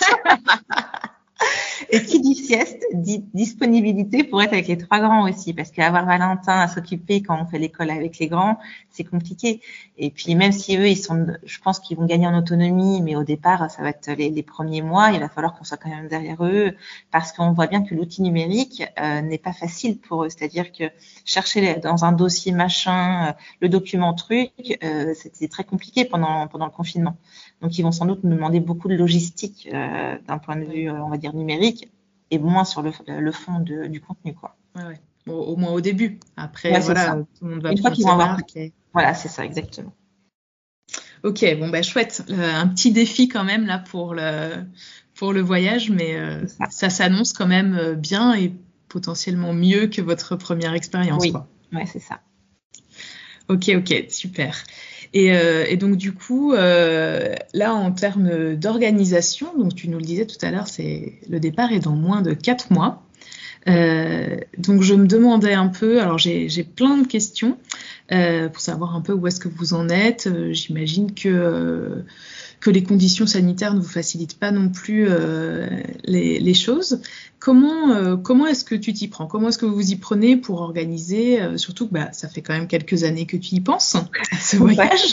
B: Et qui dit sieste, dit disponibilité pour être avec les trois grands aussi, parce qu'avoir Valentin à s'occuper quand on fait l'école avec les grands, c'est compliqué. Et puis même si eux, ils sont, je pense qu'ils vont gagner en autonomie, mais au départ, ça va être les, les premiers mois, il va falloir qu'on soit quand même derrière eux, parce qu'on voit bien que l'outil numérique euh, n'est pas facile pour eux. C'est-à-dire que chercher dans un dossier machin, euh, le document truc, euh, c'était très compliqué pendant pendant le confinement. Donc, ils vont sans doute nous demander beaucoup de logistique euh, d'un point de vue, euh, on va dire, numérique et moins sur le, le fond de, du contenu, quoi.
A: Ouais, ouais. Bon, au moins au début. Après, ouais, voilà, tout le monde va
B: Une fois qu'ils vont avoir...
A: et...
B: Voilà, c'est ça, exactement.
A: Ok, bon, bah, chouette. Euh, un petit défi quand même, là, pour le, pour le voyage, mais euh, ça. ça s'annonce quand même bien et potentiellement mieux que votre première expérience,
B: oui.
A: quoi.
B: Oui, c'est ça.
A: Ok, ok, super. Et, euh, et donc du coup, euh, là en termes d'organisation, donc tu nous le disais tout à l'heure, c'est le départ est dans moins de quatre mois. Euh, donc je me demandais un peu, alors j'ai, j'ai plein de questions euh, pour savoir un peu où est-ce que vous en êtes. Euh, j'imagine que euh, que les conditions sanitaires ne vous facilitent pas non plus euh, les, les choses. Comment, euh, comment est-ce que tu t'y prends ? Comment est-ce que vous vous y prenez pour organiser euh, surtout que bah, ça fait quand même quelques années que tu y penses, à ce voyage.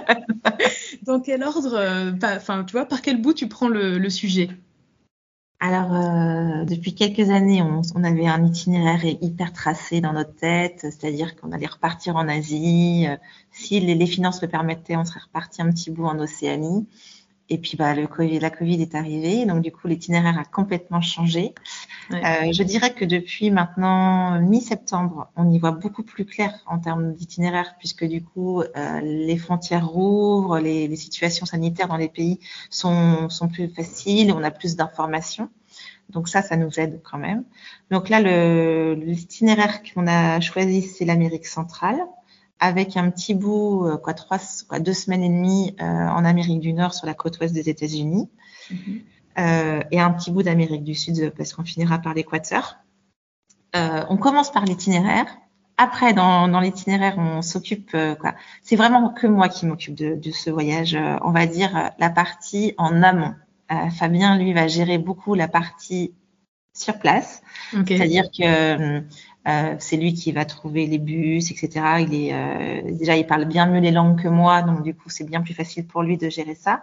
A: Dans quel ordre, euh, enfin, tu vois, par quel bout tu prends le, le sujet ?
B: Alors, euh, depuis quelques années, on, on avait un itinéraire hyper tracé dans notre tête, c'est-à-dire qu'on allait repartir en Asie. Euh, si les, les finances le permettaient, on serait reparti un petit bout en Océanie. Et puis, bah, le COVID, la Covid est arrivée, donc du coup, l'itinéraire a complètement changé. Ouais. Euh, je dirais que depuis maintenant mi-septembre, on y voit beaucoup plus clair en termes d'itinéraire, puisque du coup, euh, les frontières rouvrent, les, les situations sanitaires dans les pays sont, sont plus faciles, on a plus d'informations. Donc ça, ça nous aide quand même. Donc là, le, l'itinéraire qu'on a choisi, c'est l'Amérique centrale, avec un petit bout, quoi, trois, quoi, deux semaines et demie euh, en Amérique du Nord sur la côte ouest des États-Unis, mm-hmm. euh, et un petit bout d'Amérique du Sud parce qu'on finira par l'Équateur. Euh, on commence par l'itinéraire après, dans, dans l'itinéraire, on s'occupe, euh, quoi. C'est vraiment que moi qui m'occupe de, de ce voyage. Euh, on va dire euh, la partie en amont. Euh, Fabien, lui, va gérer beaucoup la partie sur place.
A: Ok.
B: C'est-à-dire que euh, c'est lui qui va trouver les bus, et cetera. Il est euh, déjà, il parle bien mieux les langues que moi, donc du coup, c'est bien plus facile pour lui de gérer ça.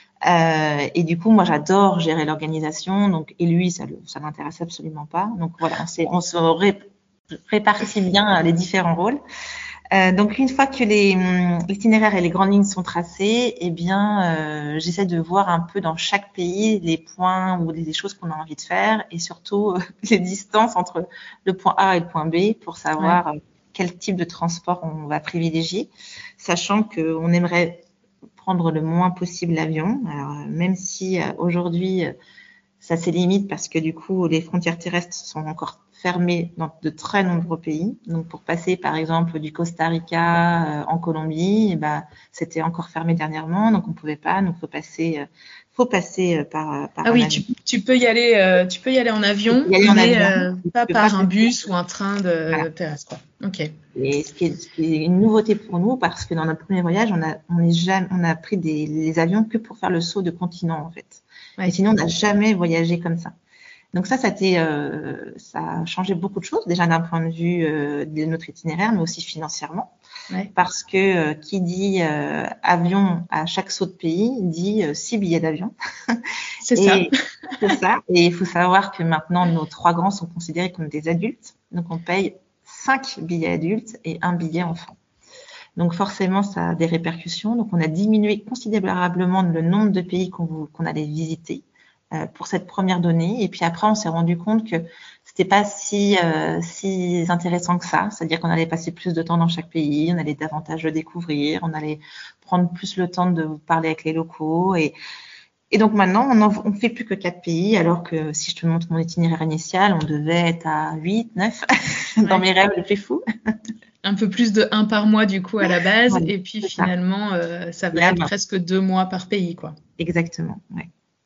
B: Euh, et du coup, moi, j'adore gérer l'organisation. Donc, et lui, ça, le, ça l'intéresse absolument pas. Donc voilà, on, s'est, on se ré, répartit bien les différents rôles. Euh, donc, une fois que les, l'itinéraire et les grandes lignes sont tracées, eh bien, euh, j'essaie de voir un peu dans chaque pays les points ou les, les choses qu'on a envie de faire et surtout euh, les distances entre le point A et le point B pour savoir ouais. quel type de transport on va privilégier, sachant qu'on aimerait prendre le moins possible l'avion. Alors, même si euh, aujourd'hui, euh, ça c'est limite parce que du coup, les frontières terrestres sont encore fermées dans de très nombreux pays. Donc, pour passer, par exemple, du Costa Rica euh, en Colombie, eh ben, c'était encore fermé dernièrement, donc on ne pouvait pas. Donc, faut passer, euh, faut passer euh, par, par.
A: Ah oui, tu, tu peux y aller, euh, tu peux y aller en avion,
B: y aller en
A: mais
B: avion,
A: euh, pas par
B: pas
A: un bus ou un train de
B: voilà.
A: terrestre. Ok.
B: Et ce qui, est, ce qui est une nouveauté pour nous, parce que dans notre premier voyage, on a, on est jamais, on a pris des, les avions que pour faire le saut de continent en fait. Ouais. Et sinon, on n'a jamais voyagé comme ça. Donc ça, ça, été, euh, ça a changé beaucoup de choses, déjà d'un point de vue euh, de notre itinéraire, mais aussi financièrement. Ouais. Parce que euh, qui dit euh, avion à chaque saut de pays, dit euh, six billets d'avion.
A: C'est ça.
B: C'est ça. Et il faut savoir que maintenant, nos trois grands sont considérés comme des adultes. Donc on paye cinq billets adultes et un billet enfant. Donc forcément, ça a des répercussions. Donc on a diminué considérablement le nombre de pays qu'on, qu'on allait visiter euh, pour cette première donnée. Et puis après, on s'est rendu compte que c'était pas si euh, si intéressant que ça. C'est-à-dire qu'on allait passer plus de temps dans chaque pays, on allait davantage le découvrir, on allait prendre plus le temps de parler avec les locaux. Et Et donc maintenant, on ne fait plus que quatre pays, alors que si je te montre mon itinéraire initial, on devait être à huit, neuf, ouais. dans mes rêves les plus fous.
A: Un peu plus de un par mois du coup à la base, ouais, et puis finalement, ça, euh, ça va Là, être non. presque deux mois par pays, quoi.
B: Exactement, ouais.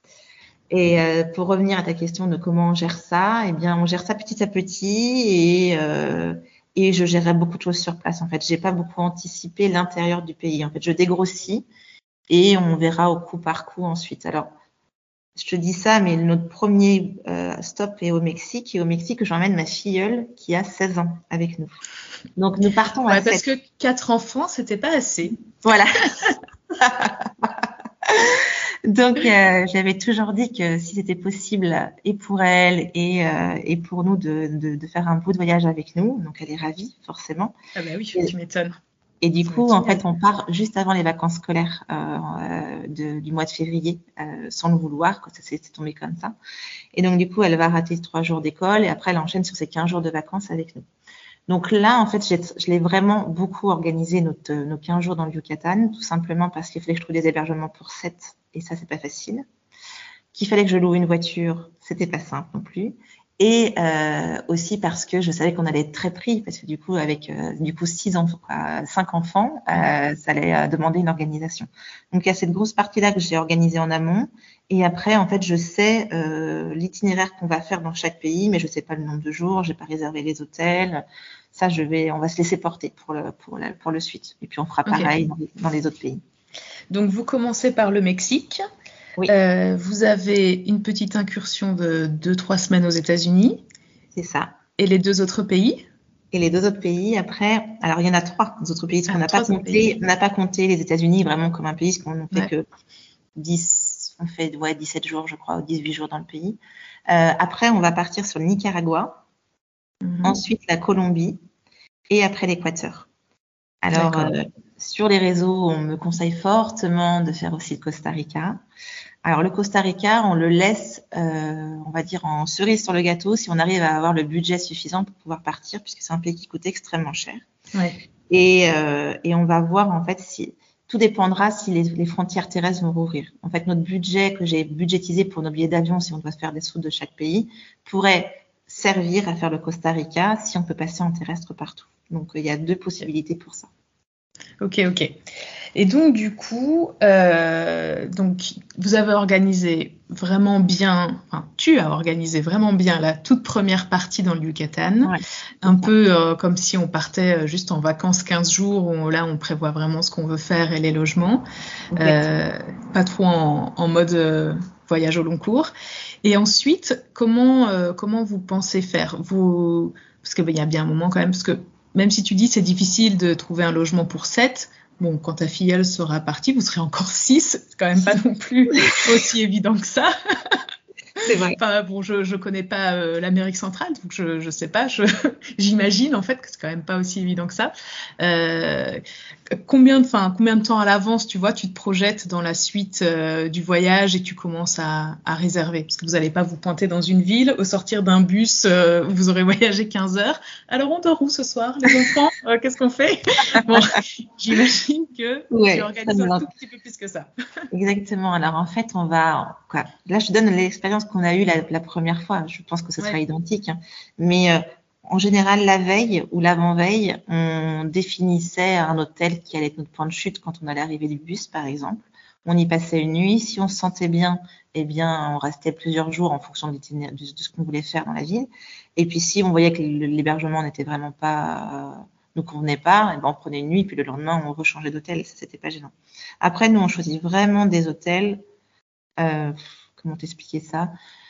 B: Et euh, pour revenir à ta question de comment on gère ça, eh bien, on gère ça petit à petit et euh, et je gérerai beaucoup de choses sur place. En fait, j'ai pas beaucoup anticipé l'intérieur du pays. En fait, je dégrossis. Et on verra au coup par coup ensuite. Alors, je te dis ça, mais notre premier euh, stop est au Mexique. Et au Mexique, j'emmène ma filleule qui a seize ans avec nous. Donc, nous partons
A: ouais,
B: à
A: parce
B: sept.
A: que quatre enfants, c'était pas assez.
B: Voilà. Donc, euh, j'avais toujours dit que si c'était possible, et pour elle et, euh, et pour nous, de, de, de faire un bout de voyage avec nous. Donc, elle est ravie, forcément.
A: Ah bah oui, et, tu m'étonnes.
B: Et du ça coup, en fait, on part juste avant les vacances scolaires euh, de, du mois de février, euh, sans le vouloir, quand ça s'est tombé comme ça. Et donc, du coup, elle va rater trois jours d'école et après, elle enchaîne sur ses quinze jours de vacances avec nous. Donc là, en fait, j'ai, je l'ai vraiment beaucoup organisé notre, nos quinze jours dans le Yucatan, tout simplement parce qu'il fallait que je trouve des hébergements pour sept, et ça, c'est pas facile. Qu'il fallait que je loue une voiture, c'était pas simple non plus. Et euh, aussi parce que je savais qu'on allait être très pris, parce que du coup, avec euh, du coup six enfants, quoi, cinq enfants, euh, ça allait euh, demander une organisation. Donc il y a cette grosse partie-là que j'ai organisée en amont. Et après, en fait, je sais euh, l'itinéraire qu'on va faire dans chaque pays, mais je sais pas le nombre de jours, j'ai pas réservé les hôtels. Ça, je vais, on va se laisser porter pour le pour le, pour le suite. Et puis on fera pareil okay. dans, les, dans les autres pays.
A: Donc vous commencez par le Mexique.
B: Oui.
A: Euh, vous avez une petite incursion de deux trois semaines aux États-Unis.
B: C'est ça.
A: Et les deux autres pays?
B: Et les deux autres pays, après, alors il y en a trois autres pays, parce ah, qu'on n'a pas compté, on n'a pas compté les États-Unis vraiment comme un pays, parce qu'on ne fait ouais. que dix, on fait ouais, dix-sept jours, je crois, ou dix-huit jours dans le pays. Euh, après, on va partir sur le Nicaragua, mm-hmm. ensuite la Colombie, et après l'Équateur. Alors, euh, sur les réseaux, on me conseille fortement de faire aussi le Costa Rica. Alors, le Costa Rica, on le laisse, euh, on va dire, en cerise sur le gâteau si on arrive à avoir le budget suffisant pour pouvoir partir, puisque c'est un pays qui coûte extrêmement cher.
A: Ouais.
B: Et, euh, et on va voir, en fait, si tout dépendra si les, les frontières terrestres vont rouvrir. En fait, notre budget que j'ai budgétisé pour nos billets d'avion, si on doit faire des sauts de chaque pays, pourrait servir à faire le Costa Rica si on peut passer en terrestre partout. Donc, il y a deux possibilités pour ça.
A: Ok, ok. Et donc, du coup, euh, donc, vous avez organisé vraiment bien, enfin, tu as organisé vraiment bien la toute première partie dans le Yucatan,
B: Ouais, c'est
A: un
B: ça.
A: peu euh, comme si on partait juste en vacances quinze jours, où là, on prévoit vraiment ce qu'on veut faire et les logements,
B: Exactement.
A: euh, pas trop en, en mode euh, voyage au long cours. Et ensuite, comment, euh, comment vous pensez faire vous, parce qu'il ben, y a bien un moment quand même, parce que même si tu dis c'est difficile de trouver un logement pour sept, bon, quand ta filleule sera partie, vous serez encore six. C'est quand même pas non plus aussi évident que ça.
B: C'est vrai.
A: Enfin, bon, je, je connais pas euh, l'Amérique centrale, donc je, je sais pas. Je, j'imagine en fait que c'est quand même pas aussi évident que ça. Euh, combien de, enfin, combien de temps à l'avance, tu vois, tu te projettes dans la suite euh, du voyage et tu commences à, à réserver, parce que vous n'allez pas vous pointer dans une ville au sortir d'un bus euh, où vous aurez voyagé quinze heures. Alors on dort où ce soir, les enfants? Euh, qu'est-ce qu'on fait? Bon, j'imagine que tu
B: Ouais, ça
A: organises un
B: me
A: tout petit peu plus que ça.
B: Exactement. Alors en fait, on va quoi. Là, je donne l'expérience qu'on a eue la, la première fois. Je pense que ce sera
A: Ouais.
B: identique, hein. Mais euh, en général, la veille ou l'avant-veille, on définissait un hôtel qui allait être notre point de chute quand on allait arriver du bus, par exemple. On y passait une nuit. Si on se sentait bien, eh bien, on restait plusieurs jours en fonction de, l'itinéraire- de, de ce qu'on voulait faire dans la ville. Et puis, si on voyait que le- l'hébergement n'était vraiment pas euh, nous convenait pas, eh ben, on prenait une nuit. Puis le lendemain, on rechangeait d'hôtel. C'était pas gênant. Après, nous, on choisit vraiment des hôtels, euh, comment t'expliquer ça,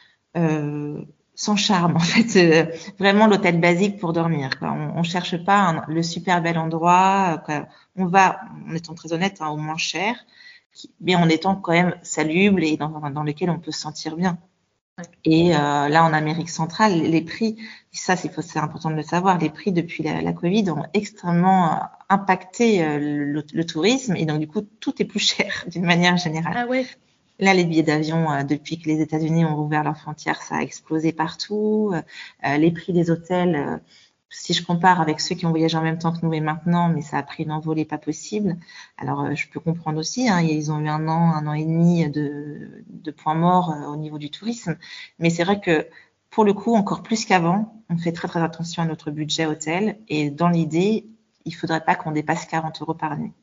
B: euh, sans charme, en fait. Euh, vraiment l'hôtel basique pour dormir, quoi. On, on cherche pas un- le super bel endroit, quoi. On va, en étant très honnête, hein, au moins cher, qui- mais en étant quand même salubre et dans, dans lequel on peut se sentir bien.
A: Ouais.
B: Et euh, là, en Amérique centrale, les prix, ça c'est c'est important de le savoir, les prix depuis la, la Covid ont extrêmement euh, impacté euh, le, le tourisme et donc du coup, tout est plus cher d'une manière générale.
A: Ah ouais.
B: Là, les billets d'avion, euh, depuis que les États-Unis ont rouvert leurs frontières, ça a explosé partout. Euh, les prix des hôtels, euh, si je compare avec ceux qui ont voyagé en même temps que nous et maintenant, mais ça a pris une envolée pas possible. Alors, euh, je peux comprendre aussi, hein, ils ont eu un an, un an et demi de, de points morts euh, au niveau du tourisme. Mais c'est vrai que, pour le coup, encore plus qu'avant, on fait très très attention à notre budget hôtel. Et dans l'idée, il faudrait pas qu'on dépasse quarante euros par nuit.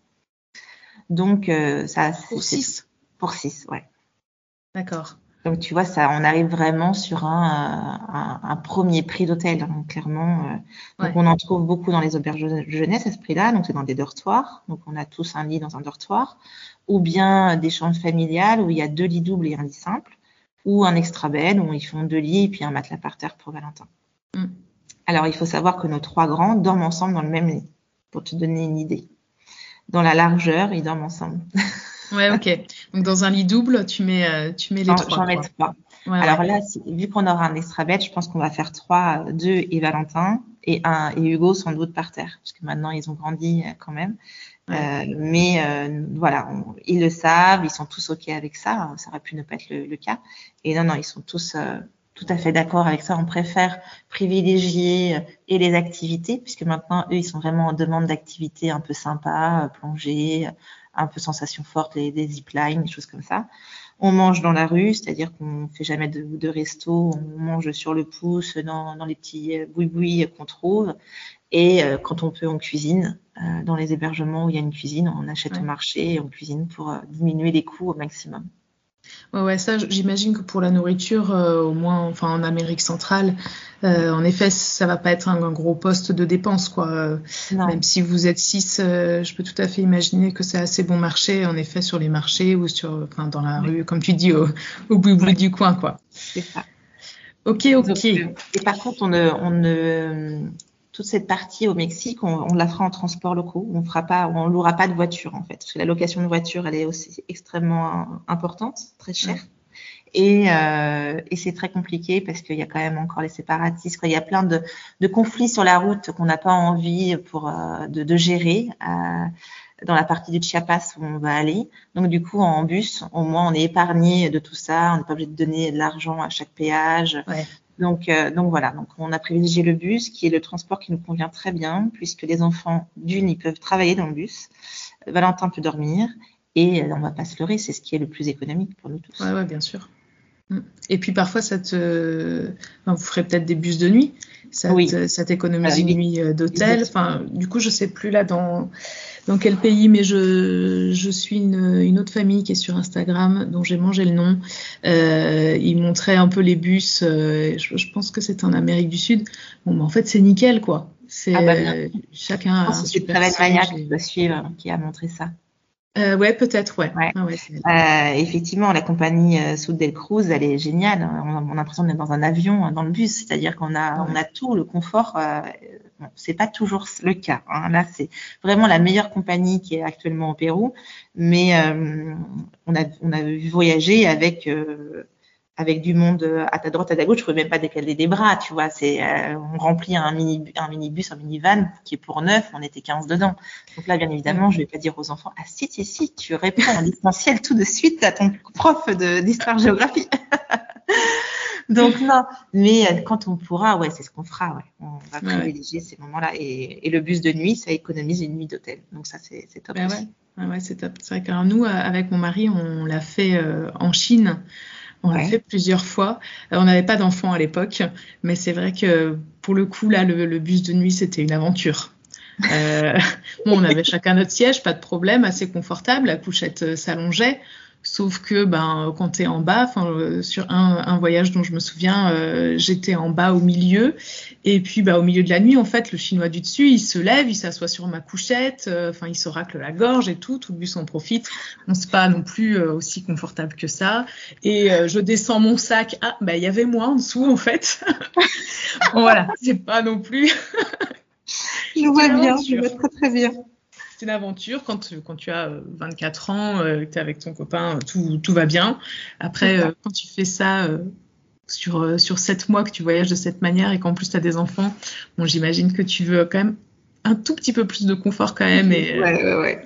B: Donc, euh, ça, c'est
A: Pour six.
B: pour six, ouais.
A: D'accord.
B: Donc, tu vois, ça, on arrive vraiment sur un, un, un premier prix d'hôtel, hein, clairement. euh. Donc,
A: Ouais.
B: on en trouve beaucoup dans les auberges de jeunesse à ce prix-là. Donc, c'est dans des dortoirs. Donc, on a tous un lit dans un dortoir. Ou bien des chambres familiales où il y a deux lits doubles et un lit simple. Ou un extra bed où ils font deux lits et puis un matelas par terre pour Valentin.
A: Mm.
B: Alors, il faut savoir que nos trois grands dorment ensemble dans le même lit. Pour te donner une idée. Dans la largeur, ils dorment ensemble.
A: Ouais, ok. Donc dans un lit double, tu mets, euh, tu mets les
B: J'en
A: trois,
B: j'en mets
A: quoi.
B: trois.
A: Ouais,
B: Alors
A: ouais.
B: là, si- vu qu'on aura un extra bed, je pense qu'on va faire trois, deux et Valentin et un et Hugo sans doute par terre, parce que maintenant ils ont grandi euh, quand même.
A: Ouais.
B: Euh, mais euh, voilà, on- ils le savent, ils sont tous ok avec ça. Ça aurait pu ne pas être le, le cas. Et non, non, ils sont tous euh, tout à fait d'accord avec ça. On préfère privilégier euh, et les activités, puisque maintenant eux, ils sont vraiment en demande d'activités un peu sympas, euh, plongée, un peu sensation forte, les, des ziplines, des choses comme ça. On mange dans la rue, c'est-à-dire qu'on fait jamais de, de resto, on mange sur le pouce, dans, dans les petits boui-boui qu'on trouve. Et euh, quand on peut, on cuisine. Euh, dans les hébergements où il y a une cuisine, on achète au
A: Ouais.
B: marché et on cuisine pour euh, diminuer les coûts au maximum.
A: Ouais, ouais, ça, j'imagine que pour la nourriture, euh, au moins, enfin en Amérique centrale, euh, en effet, ça va pas être un, un gros poste de dépense, quoi. Euh,
B: Non,
A: même si vous êtes six, euh, je peux tout à fait imaginer que c'est assez bon marché, en effet, sur les marchés ou sur, enfin, dans la
B: oui,
A: rue, comme tu dis, au, au boui-boui
B: ouais,
A: du coin, quoi.
B: c'est ça.
A: Ok,
B: Donc,
A: ok.
B: euh, et par contre, on ne, on ne, toute cette partie au Mexique, on, on la fera en transport locaux. On fera pas, on louera pas de voiture en fait, parce que la location de voiture, elle est aussi extrêmement importante, très chère.
A: Ouais.
B: Et, euh, et c'est très compliqué parce qu'il y a quand même encore les séparatistes. Quoi. Il y a plein de, de conflits sur la route qu'on n'a pas envie pour, euh, de, de gérer euh, dans la partie du Chiapas où on va aller. Donc du coup, en bus, au moins, on est épargné de tout ça. On n'est pas obligé de donner de l'argent à chaque péage.
A: Ouais.
B: Donc, euh, donc voilà. Donc on a privilégié le bus, qui est le transport qui nous convient très bien, puisque les enfants, d'une, ils peuvent travailler dans le bus. Valentin peut dormir. Et on va pas se leurrer, c'est ce qui est le plus économique pour nous
A: Ouais,
B: tous.
A: ouais, bien sûr. Mm. Et puis parfois, ça te... enfin, vous ferez peut-être des bus de nuit. Ça
B: Oui,
A: te- ça
B: alors,
A: t'économise une
B: il est-
A: nuit euh, d'hôtel.
B: exactement.
A: Enfin, du coup, je sais plus là dans dans quel pays, mais je, je suis une, une autre famille qui est sur Instagram, dont j'ai mangé le nom. Euh, ils montraient un peu les bus. Euh, je, je pense que c'est en Amérique du Sud. Bon, mais en fait, c'est nickel, quoi. C'est,
B: Ah bah bien.
A: euh, chacun
B: Je
A: a
B: pense
A: un
B: que c'est
A: super
B: Travel Mania
A: siège.
B: que tu
A: Et...
B: dois suivre qui a montré ça.
A: Euh, ouais, peut-être, ouais.
B: Ouais.
A: Ah ouais, c'est...
B: Euh, effectivement, la compagnie euh, South Del Cruz, elle est géniale. On a, on a l'impression d'être dans un avion, hein, dans le bus, c'est-à-dire qu'on a,
A: Ouais.
B: on a tout le confort. Euh, bon, c'est pas toujours le cas. Hein. Là, c'est vraiment la meilleure compagnie qui est actuellement au Pérou, mais euh, on a, on a vu voyager avec. Euh, avec du monde à ta droite, à ta gauche, je peux même pas décaler des bras, tu vois. C'est, euh, on remplit un mini, un minibus, un minivan qui est pour neuf, on était quinze dedans. Donc là, bien évidemment, je vais pas dire aux enfants, ah si, si, si, tu réponds en distanciel tout de suite à ton prof de, d'histoire-géographie. Donc non, mais euh, quand on pourra, ouais, c'est ce qu'on fera, ouais. On va privilégier ouais. ces moments-là. Et, et le bus de nuit, ça économise une nuit d'hôtel. Donc ça, c'est, c'est top
A: bah
B: aussi.
A: Ouais. Ah ouais, c'est top. C'est vrai que nous, avec mon mari, on l'a fait euh, en Chine. On l'a ouais. fait plusieurs fois. Euh, on n'avait pas d'enfants à l'époque, mais c'est vrai que pour le coup, là, le, le bus de nuit, c'était une aventure. Euh, bon, on avait chacun notre siège, pas de problème, assez confortable. La couchette euh, s'allongeait. Sauf que ben, quand tu es en bas, euh, sur un, un voyage dont je me souviens, euh, j'étais en bas au milieu. Et puis bah, au milieu de la nuit, en fait, le Chinois du dessus, il se lève, il s'assoit sur ma couchette, enfin, euh, il se racle la gorge et tout, tout le bus en profite. On c'est pas non plus euh, aussi confortable que ça. Et euh, je descends mon sac. Ah, bah, il y avait moi en dessous, en fait. Bon, voilà, c'est pas non plus...
B: Je vois bien, je vois très très bien.
A: C'est une aventure quand, quand tu as vingt-quatre ans, euh, que tu es avec ton copain, tout, tout va bien. Après, euh, quand tu fais ça euh, sur, euh, sur sept mois, que tu voyages de cette manière et qu'en plus tu as des enfants, bon, j'imagine que tu veux quand même un tout petit peu plus de confort quand même. Et,
B: ouais, ouais, ouais.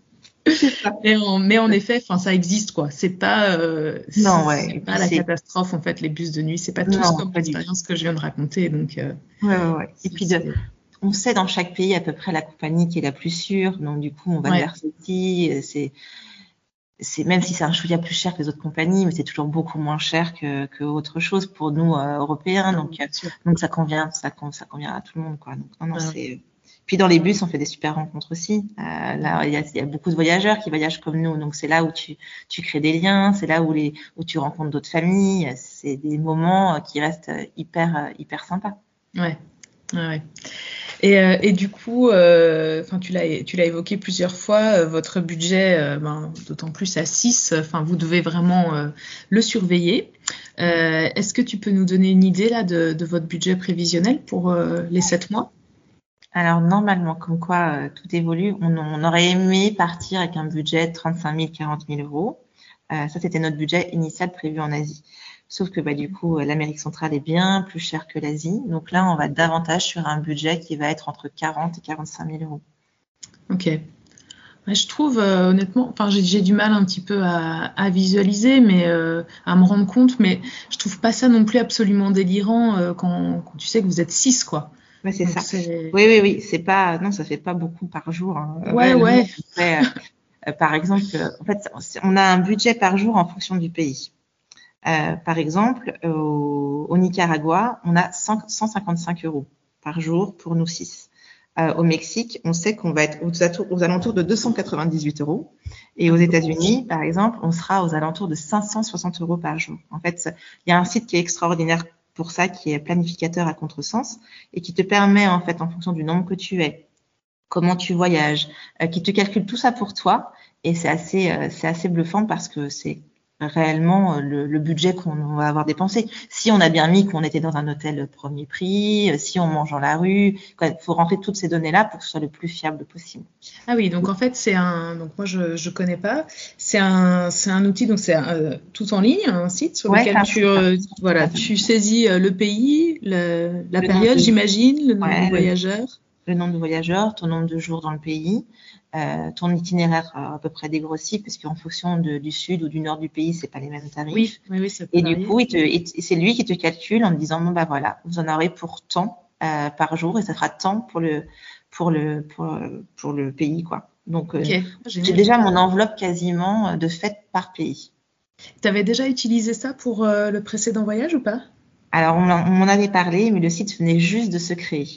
A: Et en, mais en effet, ça existe, quoi. C'est pas, euh,
B: non,
A: c'est,
B: ouais.
A: c'est pas la c'est... catastrophe, en fait, les bus de nuit. C'est pas tous non, comme l'expérience que je viens de raconter. Donc, euh,
B: ouais, ouais, ouais. Et puis, de, on sait dans chaque pays à peu près la compagnie qui est la plus sûre. Donc, du coup, on va ouais. vers celle-ci. C'est, c'est, même si c'est un chouïa plus cher que les autres compagnies, mais c'est toujours beaucoup moins cher que, que autre chose pour nous, euh, Européens. Donc, euh, donc, ça convient, ça, ça convient à tout le monde, quoi. Donc, non, non, ouais. c'est. Puis dans les bus, on fait des super rencontres aussi. Euh, là, il y a, il y a beaucoup de voyageurs qui voyagent comme nous, donc c'est là où tu, tu crées des liens, c'est là où les, où tu rencontres d'autres familles. C'est des moments qui restent hyper, hyper sympas.
A: Ouais, ouais. Et, euh, et du coup, euh, tu l'as, tu l'as évoqué plusieurs fois, euh, votre budget, euh, ben, d'autant plus à six, enfin, vous devez vraiment euh, le surveiller. Euh, est-ce que tu peux nous donner une idée là de, de votre budget prévisionnel pour euh, les sept mois?
B: Alors, normalement, comme quoi euh, tout évolue, on, on aurait aimé partir avec un budget de trente-cinq mille, quarante mille euros. Euh, ça, c'était notre budget initial prévu en Asie. Sauf que bah, du coup, l'Amérique centrale est bien plus chère que l'Asie. Donc là, on va davantage sur un budget qui va être entre quarante et quarante-cinq mille euros.
A: Ok. Ouais, je trouve, euh, honnêtement, enfin, j'ai, j'ai du mal un petit peu à, à visualiser, mais euh, à me rendre compte, mais je trouve pas ça non plus absolument délirant euh, quand, quand tu sais que vous êtes six, quoi.
B: Ouais, c'est Donc, ça. C'est... Oui, oui, oui. C'est pas, non, ça fait pas beaucoup par jour. Hein.
A: Ouais, Réellement, ouais.
B: Fait, euh, par exemple, en fait, on a un budget par jour en fonction du pays. Euh, par exemple, au, au Nicaragua, on a cent cinquante-cinq euros par jour pour nous six. Euh, au Mexique, on sait qu'on va être aux, aux alentours de deux cent quatre-vingt-dix-huit euros. Et aux États-Unis, par exemple, on sera aux alentours de cinq cent soixante euros par jour. En fait, il y a un site qui est extraordinaire pour ça, qui est planificateur à contresens et qui te permet, en fait, en fonction du nombre que tu es, comment tu voyages, euh, qui te calcule tout ça pour toi. Et c'est assez, euh, c'est assez bluffant parce que c'est réellement le, le budget qu'on va avoir dépensé. Si on a bien mis qu'on était dans un hôtel premier prix, si on mange dans la rue, il faut rentrer toutes ces données-là pour que ce soit le plus fiable possible.
A: Ah oui, donc en fait c'est un, donc moi je je connais pas, c'est un c'est un outil donc c'est euh, tout en ligne, un site sur
B: ouais,
A: lequel tu euh, voilà tu saisis euh, le pays, le, la
B: le
A: période de... j'imagine, le nombre
B: ouais,
A: de voyageurs.
B: Le, le nombre de voyageurs, ton nombre de jours dans le pays. Euh, ton itinéraire à peu près dégrossi, parce qu'en fonction de, du sud ou du nord du pays, c'est pas les mêmes tarifs.
A: Oui, oui, oui, ça peut
B: et
A: varier.
B: Du coup, il te, et c'est lui qui te calcule en te disant bon bah voilà, vous en aurez pour tant euh, par jour et ça fera tant pour le pour le pour, pour le pays quoi. Donc okay. euh, j'ai déjà mon enveloppe quasiment de fait par pays.
A: Tu avais déjà utilisé ça pour euh, le précédent voyage ou pas?
B: Alors on, on m'en avait parlé, mais le site venait juste de se créer.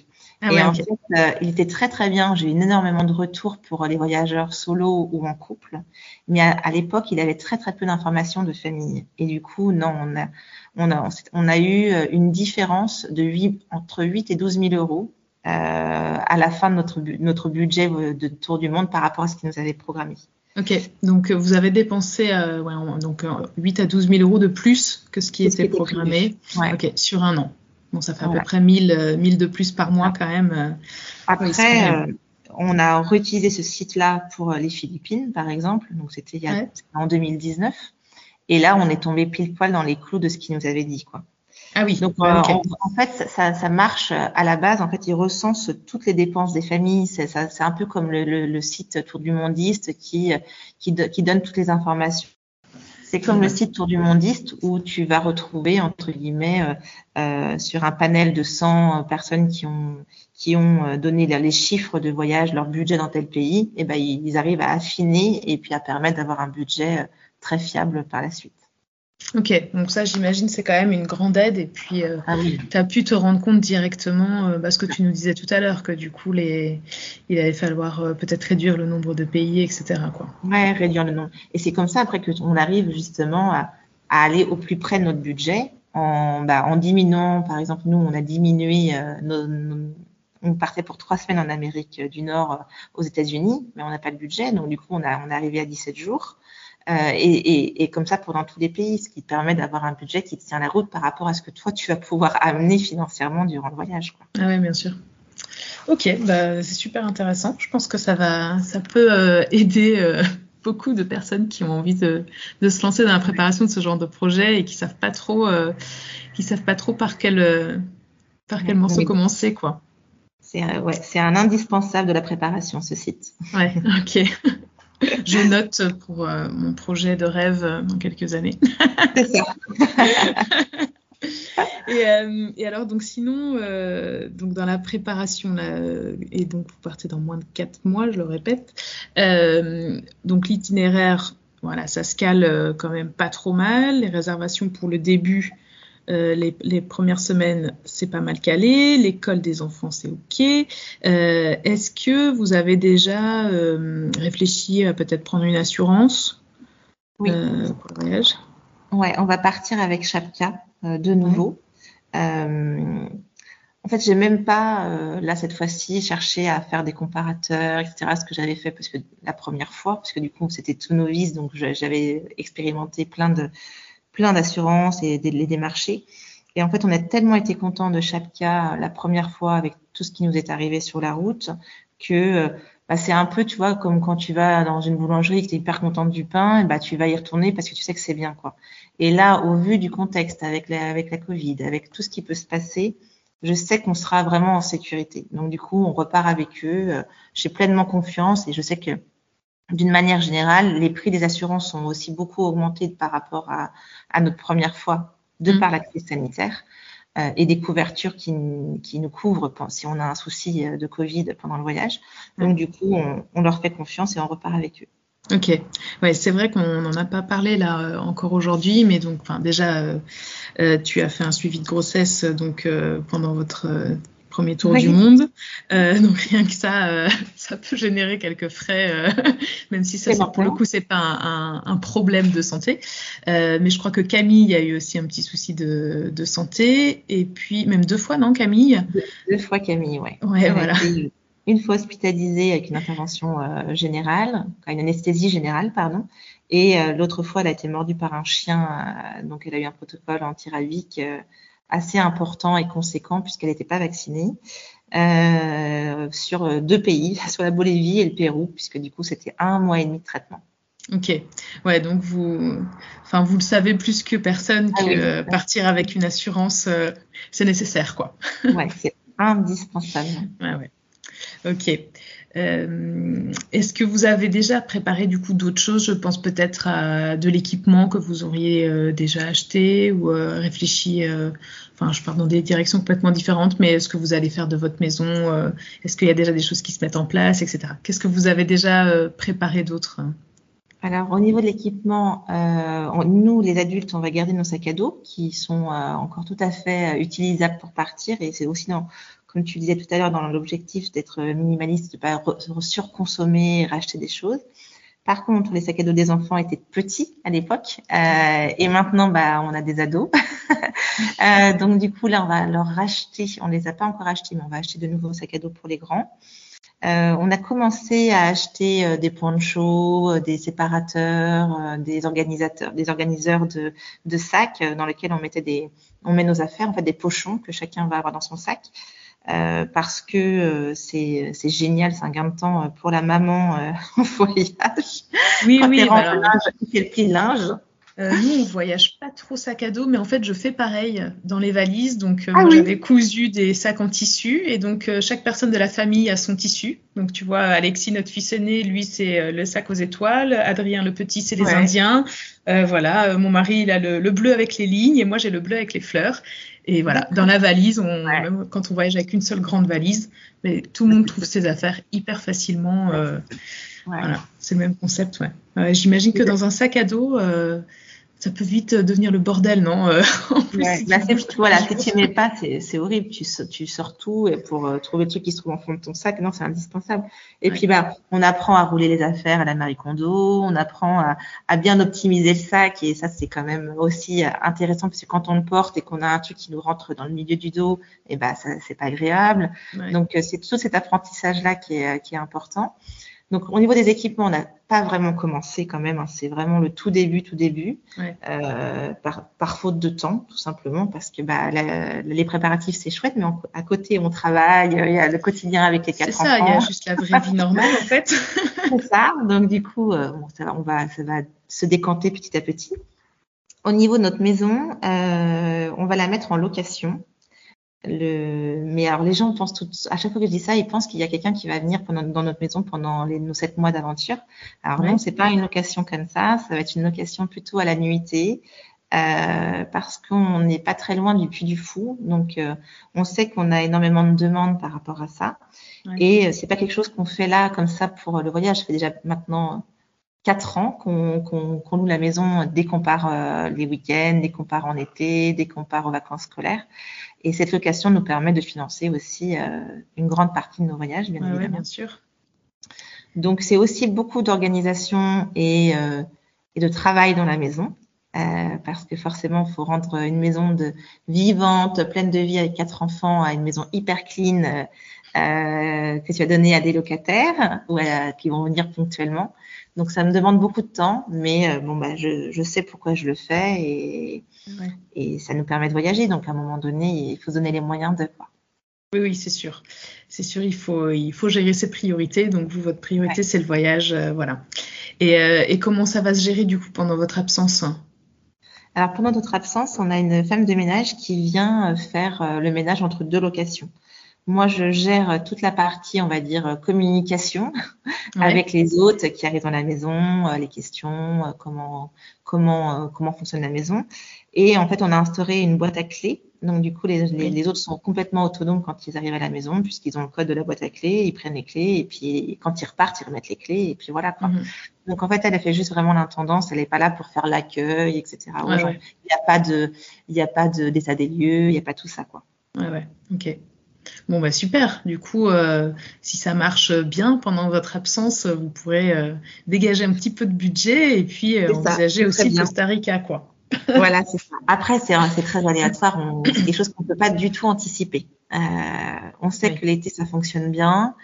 B: Ah et ouais, en okay. fait, euh, il était très très bien. J'ai eu énormément de retours pour les voyageurs solo ou en couple. Mais à, à l'époque, il avait très très peu d'informations de famille. Et du coup, non, on a, on a, on a eu une différence de huit, entre huit et douze mille euros euh, à la fin de notre, notre budget de tour du monde par rapport à ce qu'il nous avait programmé.
A: Ok, donc vous avez dépensé euh, ouais, donc, euh, huit à douze mille euros de plus que ce qui, était, ce qui était programmé ouais. Ok, sur un an. Bon, ça fait à voilà. peu près mille, euh, mille de plus par mois quand même. Euh,
B: Après, oui, euh, on a réutilisé ce site-là pour les Philippines, par exemple. Donc, c'était il y a, ouais. en deux mille dix-neuf. Et là, on est tombé pile poil dans les clous de ce qu'il nous avait dit, quoi.
A: Ah oui.
B: Donc, euh, okay. en, en fait, ça, ça marche à la base. En fait, il recense toutes les dépenses des familles. C'est, ça, c'est un peu comme le, le, le site Tour du Mondiste qui, qui, qui donne toutes les informations. C'est comme le site Tour du Mondiste où tu vas retrouver, entre guillemets, euh, euh, sur un panel de cent personnes qui ont, qui ont donné les chiffres de voyage, leur budget dans tel pays, et ben, ils arrivent à affiner et puis à permettre d'avoir un budget très fiable par la suite.
A: Ok, donc ça, j'imagine, c'est quand même une grande aide. Et puis, euh, ah oui. tu as pu te rendre compte directement, euh, bah, ce que tu nous disais tout à l'heure, que du coup, les... il allait falloir euh, peut-être réduire le nombre de pays, et cetera, quoi.
B: Ouais, réduire le nombre. Et c'est comme ça, après, qu'on arrive justement à, à aller au plus près de notre budget en, bah, en diminuant, par exemple, nous, on a diminué, euh, nos, nos, on partait pour trois semaines en Amérique du Nord, euh, aux États-Unis, mais on n'a pas de budget. Donc, du coup, on, a, on est arrivé à dix-sept jours. Euh, et, et, et comme ça pour dans tous les pays, ce qui te permet d'avoir un budget qui te tient la route par rapport à ce que toi tu vas pouvoir amener financièrement durant le voyage, quoi.
A: Ah oui, bien sûr. Ok, bah, c'est super intéressant. Je pense que ça va, ça peut euh, aider euh, beaucoup de personnes qui ont envie de, de se lancer dans la préparation de ce genre de projet et qui savent pas trop, euh, qui savent pas trop par quel, euh, par quel morceau oui. commencer, quoi.
B: C'est euh, ouais, c'est un indispensable de la préparation, ce site.
A: Ouais, ok. Je note pour euh, mon projet de rêve euh, dans quelques années.
B: C'est ça.
A: et, euh, et alors, donc sinon, euh, donc dans la préparation, là, et donc vous partez dans moins de quatre mois, je le répète. Euh, donc l'itinéraire, voilà, ça se cale euh, quand même pas trop mal. Les réservations pour le début, Euh, les, les premières semaines, c'est pas mal calé. L'école des enfants, c'est OK. Euh, est-ce que vous avez déjà euh, réfléchi à peut-être prendre une assurance
B: oui.
A: euh, pour le voyage?
B: Ouais, on va partir avec Chapka euh, de nouveau. Ouais. Euh, en fait, j'ai même pas, euh, là, cette fois-ci, cherché à faire des comparateurs, et cetera, ce que j'avais fait parce que la première fois, parce que du coup, c'était tout novice, donc j'avais expérimenté plein de plein d'assurances et de les démarcher. Et en fait, on a tellement été contents de Chapka la première fois avec tout ce qui nous est arrivé sur la route que bah, c'est un peu, tu vois, comme quand tu vas dans une boulangerie et que tu es hyper contente du pain, et bah, tu vas y retourner parce que tu sais que c'est bien, quoi. Et là, au vu du contexte avec la, avec la Covid, avec tout ce qui peut se passer, je sais qu'on sera vraiment en sécurité. Donc, du coup, on repart avec eux. J'ai pleinement confiance et je sais que d'une manière générale, les prix des assurances ont aussi beaucoup augmenté par rapport à, à notre première fois, de mmh. par la crise sanitaire, euh, et des couvertures qui, qui nous couvrent si on a un souci de Covid pendant le voyage. Donc, mmh. du coup, on, on leur fait confiance et on repart avec eux.
A: Ok, ouais, c'est vrai qu'on n'en a pas parlé là euh, encore aujourd'hui, mais donc, enfin, déjà, euh, euh, tu as fait un suivi de grossesse donc euh, pendant votre euh, premier tour oui. du monde, euh, donc rien que ça, euh, ça peut générer quelques frais, euh, même si ça, c'est, pour le coup, c'est pas un, un, un problème de santé. Euh, mais je crois que Camille a eu aussi un petit souci de, de santé, et puis même deux fois, non, Camille?
B: Deux, deux fois Camille, ouais.
A: Ouais, Elle voilà.
B: Une fois hospitalisée avec une intervention euh, générale, une anesthésie générale, pardon, et euh, l'autre fois, elle a été mordue par un chien, euh, donc elle a eu un protocole antirabique euh, assez important et conséquent puisqu'elle n'était pas vaccinée, euh, sur deux pays, sur la Bolivie et le Pérou, puisque du coup, c'était un mois et demi de traitement.
A: Ok, ouais, donc vous, enfin, vous le savez plus que personne que ah oui. partir avec une assurance, euh, c'est nécessaire, quoi.
B: Ouais, c'est indispensable.
A: Ouais, ouais. Ok. Euh, est-ce que vous avez déjà préparé du coup d'autres choses? Je pense peut-être à de l'équipement que vous auriez euh, déjà acheté ou euh, réfléchi. Euh, enfin, je pars dans des directions complètement différentes, mais est-ce que vous allez faire de votre maison? euh, Est-ce qu'il y a déjà des choses qui se mettent en place, et cetera. Qu'est-ce que vous avez déjà euh, préparé d'autre?
B: Alors, au niveau de l'équipement, euh, on, nous, les adultes, on va garder nos sacs à dos qui sont euh, encore tout à fait euh, utilisables pour partir, et c'est aussi dans comme tu disais tout à l'heure, dans l'objectif d'être minimaliste, de ne pas surconsommer et racheter des choses. Par contre, les sacs à dos des enfants étaient petits à l'époque euh, et maintenant, bah, on a des ados. euh, donc, du coup, là, on va leur racheter. On les a pas encore achetés, mais on va acheter de nouveaux sacs à dos pour les grands. Euh, on a commencé à acheter euh, des ponchos, euh, des séparateurs, euh, des organisateurs, des organiseurs de, de sacs euh, dans lesquels on mettait des, on met nos affaires, en fait, des pochons que chacun va avoir dans son sac. Euh, parce que euh, c'est c'est génial, c'est un gain de temps pour la maman euh, en voyage.
A: Oui,
B: Quand
A: oui,
B: elle rentre
A: bah,
B: le linge, elle fait le pli linge.
A: Euh, nous, on voyage pas trop sac à dos, mais en fait, je fais pareil dans les valises. Donc, euh,
B: Ah
A: moi,
B: oui.
A: j'avais cousu des sacs en tissu, et donc euh, chaque personne de la famille a son tissu. Donc, tu vois, Alexis, notre fils aîné, lui, c'est euh, le sac aux étoiles. Adrien, le petit, c'est les
B: Ouais. Indiens.
A: Euh, voilà, euh, mon mari, il a le, le bleu avec les lignes, et moi, j'ai le bleu avec les fleurs. Et voilà,
B: D'accord.
A: dans la valise, on,
B: Ouais.
A: même quand on voyage avec une seule grande valise, mais tout le monde trouve ses affaires hyper facilement. Euh,
B: Ouais.
A: Voilà, c'est le même concept, ouais. Euh, j'imagine que dans un sac à dos, euh, ça peut vite devenir le bordel, non euh, en plus,
B: ouais.
A: si
B: Bah,
A: tu bouges
B: voilà,
A: si
B: tu mets pas, c'est, c'est horrible. Tu, tu sors tout et pour euh, trouver le truc qui se trouve en fond de ton sac, non, c'est indispensable. Et ouais. puis, bah, on apprend à rouler les affaires à la Marie Kondo, on apprend à, à bien optimiser le sac et ça, c'est quand même aussi intéressant parce que quand on le porte et qu'on a un truc qui nous rentre dans le milieu du dos, et bah, ça, c'est pas agréable. Ouais. Donc, c'est tout cet apprentissage-là qui est, qui est important. Donc, au niveau des équipements, on n'a pas vraiment commencé quand même. Hein, c'est vraiment le tout début, tout début, ouais. euh, par, par faute de temps, tout simplement, parce que bah, la, les préparatifs, c'est chouette, mais on, à côté, on travaille, il y a le quotidien avec les quatre enfants.
A: C'est ça, il y a juste la vraie vie normale, en fait.
B: C'est ça. Donc, du coup, euh, bon, ça va, on va, ça va se décanter petit à petit. Au niveau de notre maison, euh, on va la mettre en location. Le... Mais alors, les gens pensent tout... à chaque fois que je dis ça, ils pensent qu'il y a quelqu'un qui va venir pendant... dans notre maison pendant les... nos sept mois d'aventure. Alors ouais. non, c'est pas une location comme ça. Ça va être une location plutôt à la nuitée euh, parce qu'on n'est pas très loin du Puy du Fou. Donc, euh, on sait qu'on a énormément de demandes par rapport à ça. Ouais. Et euh, c'est pas quelque chose qu'on fait là comme ça pour le voyage. Ça fait déjà maintenant quatre ans qu'on, qu'on, qu'on loue la maison dès qu'on part euh, les week-ends, dès qu'on part en été, dès qu'on part aux vacances scolaires. Et cette location nous permet de financer aussi euh, une grande partie de nos voyages, bien
A: ouais,
B: évidemment.
A: Ouais, bien sûr.
B: Donc, c'est aussi beaucoup d'organisation et, euh, et de travail dans la maison. Euh, parce que forcément, il faut rendre une maison de, vivante, pleine de vie avec quatre enfants à une maison hyper clean euh, que tu as donnée à des locataires ou à, qui vont venir ponctuellement. Donc, ça me demande beaucoup de temps, mais euh, bon, bah, je, je sais pourquoi je le fais et, ouais. et ça nous permet de voyager. Donc, à un moment donné, il faut se donner les moyens de quoi.
A: Oui, oui, c'est sûr. C'est sûr, il faut, il faut gérer ses priorités. Donc, vous, votre priorité, ouais. c'est le voyage. Euh, voilà. Et, euh, et comment ça va se gérer, du coup, pendant votre absence ?
B: Alors, pendant notre absence, on a une femme de ménage qui vient faire le ménage entre deux locations. Moi, je gère toute la partie, on va dire, communication ouais. avec les hôtes qui arrivent dans la maison, les questions, comment, comment, comment fonctionne la maison. Et en fait, on a instauré une boîte à clés. Donc, du coup, les, les, les hôtes sont complètement autonomes quand ils arrivent à la maison, puisqu'ils ont le code de la boîte à clés, ils prennent les clés, et puis quand ils repartent, ils remettent les clés, et puis voilà, quoi. Mm-hmm. Donc, en fait, elle a fait juste vraiment l'intendance, elle n'est pas là pour faire l'accueil, et cetera.
A: Ouais, ouais.
B: Il n'y a pas de, il n'y a pas de, d'état des lieux, il n'y a pas tout ça, quoi.
A: Ouais, ouais, ok. Bon, bah super. Du coup, euh, si ça marche bien pendant votre absence, vous pourrez euh, dégager un petit peu de budget et puis euh, envisager aussi le Costa Rica, quoi.
B: Voilà, c'est ça. Après, c'est, c'est très aléatoire. On, c'est quelque chose qu'on ne peut pas du tout anticiper. Euh, on sait oui. que l'été, ça fonctionne bien.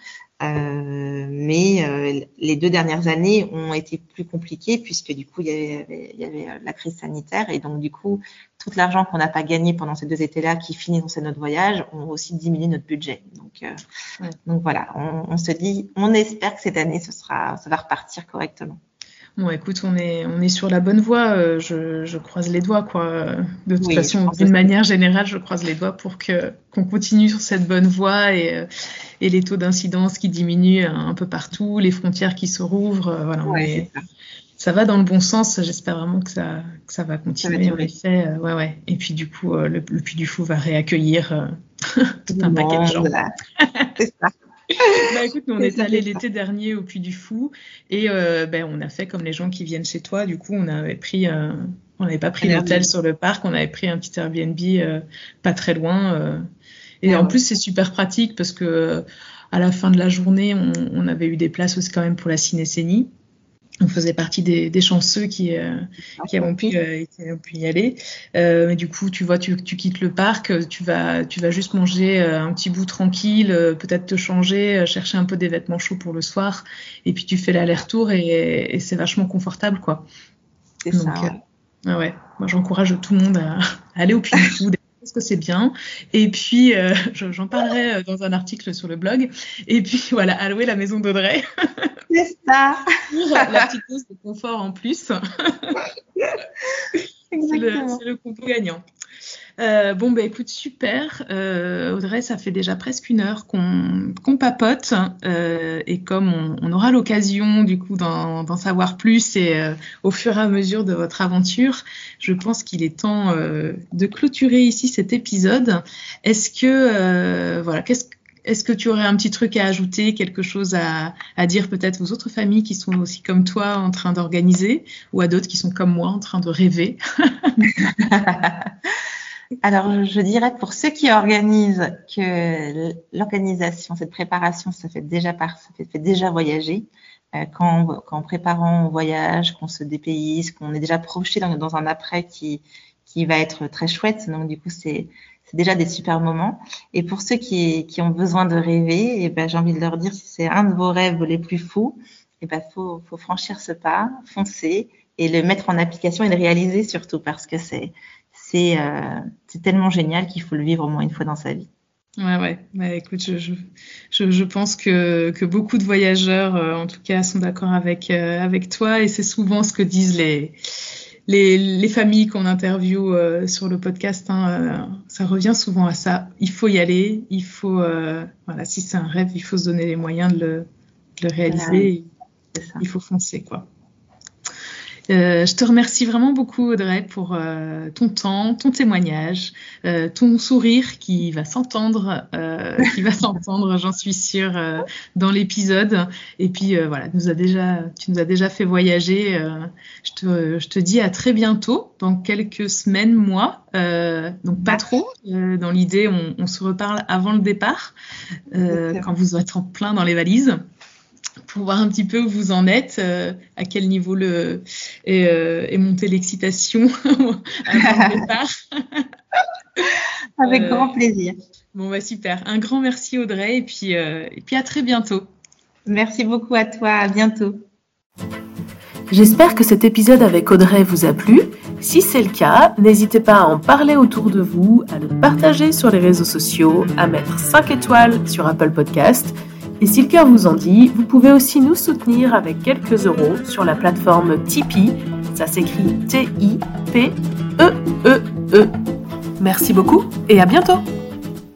B: Euh, mais euh, les deux dernières années ont été plus compliquées puisque du coup il y avait, il y avait la crise sanitaire et donc du coup tout l'argent qu'on n'a pas gagné pendant ces deux étés-là qui finissent notre voyage ont aussi diminué notre budget. Donc, euh, ouais. donc voilà, on, on se dit, on espère que cette année ce sera, ça va repartir correctement.
A: Bon, écoute, on est, on est sur la bonne voie. Euh, je, je croise les doigts, quoi. De toute oui, façon, d'une manière générale, je croise les doigts pour que, qu'on continue sur cette bonne voie et, et les taux d'incidence qui diminuent un peu partout, les frontières qui se rouvrent. Voilà,
B: ouais,
A: est, ça. ça va dans le bon sens. J'espère vraiment que ça, que ça va continuer. Ça va en effet, euh, ouais, ouais. Et puis, du coup, euh, le, le Puy du Fou va réaccueillir euh, tout un paquet de gens.
B: C'est ça.
A: Bah écoute, nous on est allé l'été dernier au Puy du Fou et euh, ben on a fait comme les gens qui viennent chez toi. Du coup, on avait pris, euh, on n'avait pas pris l'hôtel sur le parc, on avait pris un petit Airbnb euh, pas très loin. Euh, Et ah en ouais. plus, c'est super pratique parce que à la fin de la journée, on, on avait eu des places aussi quand même pour la ciné-scénie. On faisait partie des, des chanceux qui, euh, qui, avons pu, euh, qui ont pu y aller. Euh, mais du coup, tu vois, tu, tu quittes le parc, tu vas, tu vas juste manger un petit bout tranquille, euh, peut-être te changer, chercher un peu des vêtements chauds pour le soir, et puis tu fais l'aller-retour et, et c'est vachement confortable, quoi.
B: C'est Donc, ça. Ouais.
A: Euh, ouais. Moi, j'encourage tout le monde à, à aller au Puy du Fou. Parce que c'est bien. Et puis, euh, j'en parlerai dans un article sur le blog. Et puis, voilà, à louer la maison d'Audrey.
B: C'est ça.
A: La petite dose de confort en plus. c'est, le, c'est le combo gagnant. Euh, bon, bah écoute, super. Euh, Audrey, ça fait déjà presque une heure qu'on, qu'on papote. Euh, et comme on, on aura l'occasion, du coup, d'en, d'en savoir plus et euh, au fur et à mesure de votre aventure, je pense qu'il est temps euh, de clôturer ici cet épisode. Est-ce que, euh, voilà, qu'est-ce que Est-ce que tu aurais un petit truc à ajouter, quelque chose à, à dire peut-être aux autres familles qui sont aussi comme toi en train d'organiser ou à d'autres qui sont comme moi en train de rêver?
B: Alors, je dirais pour ceux qui organisent que l'organisation, cette préparation, ça fait déjà, par, ça fait, fait déjà voyager. Euh, quand, quand en préparant on voyage, qu'on se dépayse, qu'on est déjà projeté dans, dans un après qui, qui va être très chouette. Donc, du coup, c'est C'est déjà des super moments. Et pour ceux qui, qui ont besoin de rêver, et ben, j'ai envie de leur dire, si c'est un de vos rêves les plus fous, et ben, faut, faut franchir ce pas, foncer et le mettre en application et le réaliser surtout parce que c'est, c'est, euh, c'est tellement génial qu'il faut le vivre au moins une fois dans sa vie.
A: Ouais, ouais. Bah, écoute, je, je, je, je pense que, que beaucoup de voyageurs, euh, en tout cas, sont d'accord avec, euh, avec toi et c'est souvent ce que disent les, Les, les familles qu'on interviewe euh, sur le podcast, hein, euh, ça revient souvent à ça. Il faut y aller, il faut, euh, voilà, si c'est un rêve, il faut se donner les moyens de le, de le réaliser. Ouais, il faut foncer, quoi. Euh, je te remercie vraiment beaucoup, Audrey, pour euh, ton temps, ton témoignage, euh, ton sourire qui va s'entendre, euh, qui va s'entendre, j'en suis sûre, euh, dans l'épisode. Et puis euh, voilà, nous a déjà, tu nous as déjà fait voyager. Euh, je te, je te dis à très bientôt, dans quelques semaines, mois. Euh, donc pas trop. Euh, dans l'idée, on, on se reparle avant le départ, euh, quand vous êtes en plein dans les valises, pour voir un petit peu où vous en êtes, euh, à quel niveau le, est, euh, est montée l'excitation avant le départ.
B: Avec euh, grand plaisir.
A: Bon, bah super. Un grand merci, Audrey, et puis, euh, et puis à très bientôt.
B: Merci beaucoup à toi. À bientôt.
A: J'espère que cet épisode avec Audrey vous a plu. Si c'est le cas, n'hésitez pas à en parler autour de vous, à le partager sur les réseaux sociaux, à mettre cinq étoiles sur Apple Podcast. Et si le cœur vous en dit, vous pouvez aussi nous soutenir avec quelques euros sur la plateforme Tipeee. Ça s'écrit T I P E E E. Merci beaucoup et à bientôt!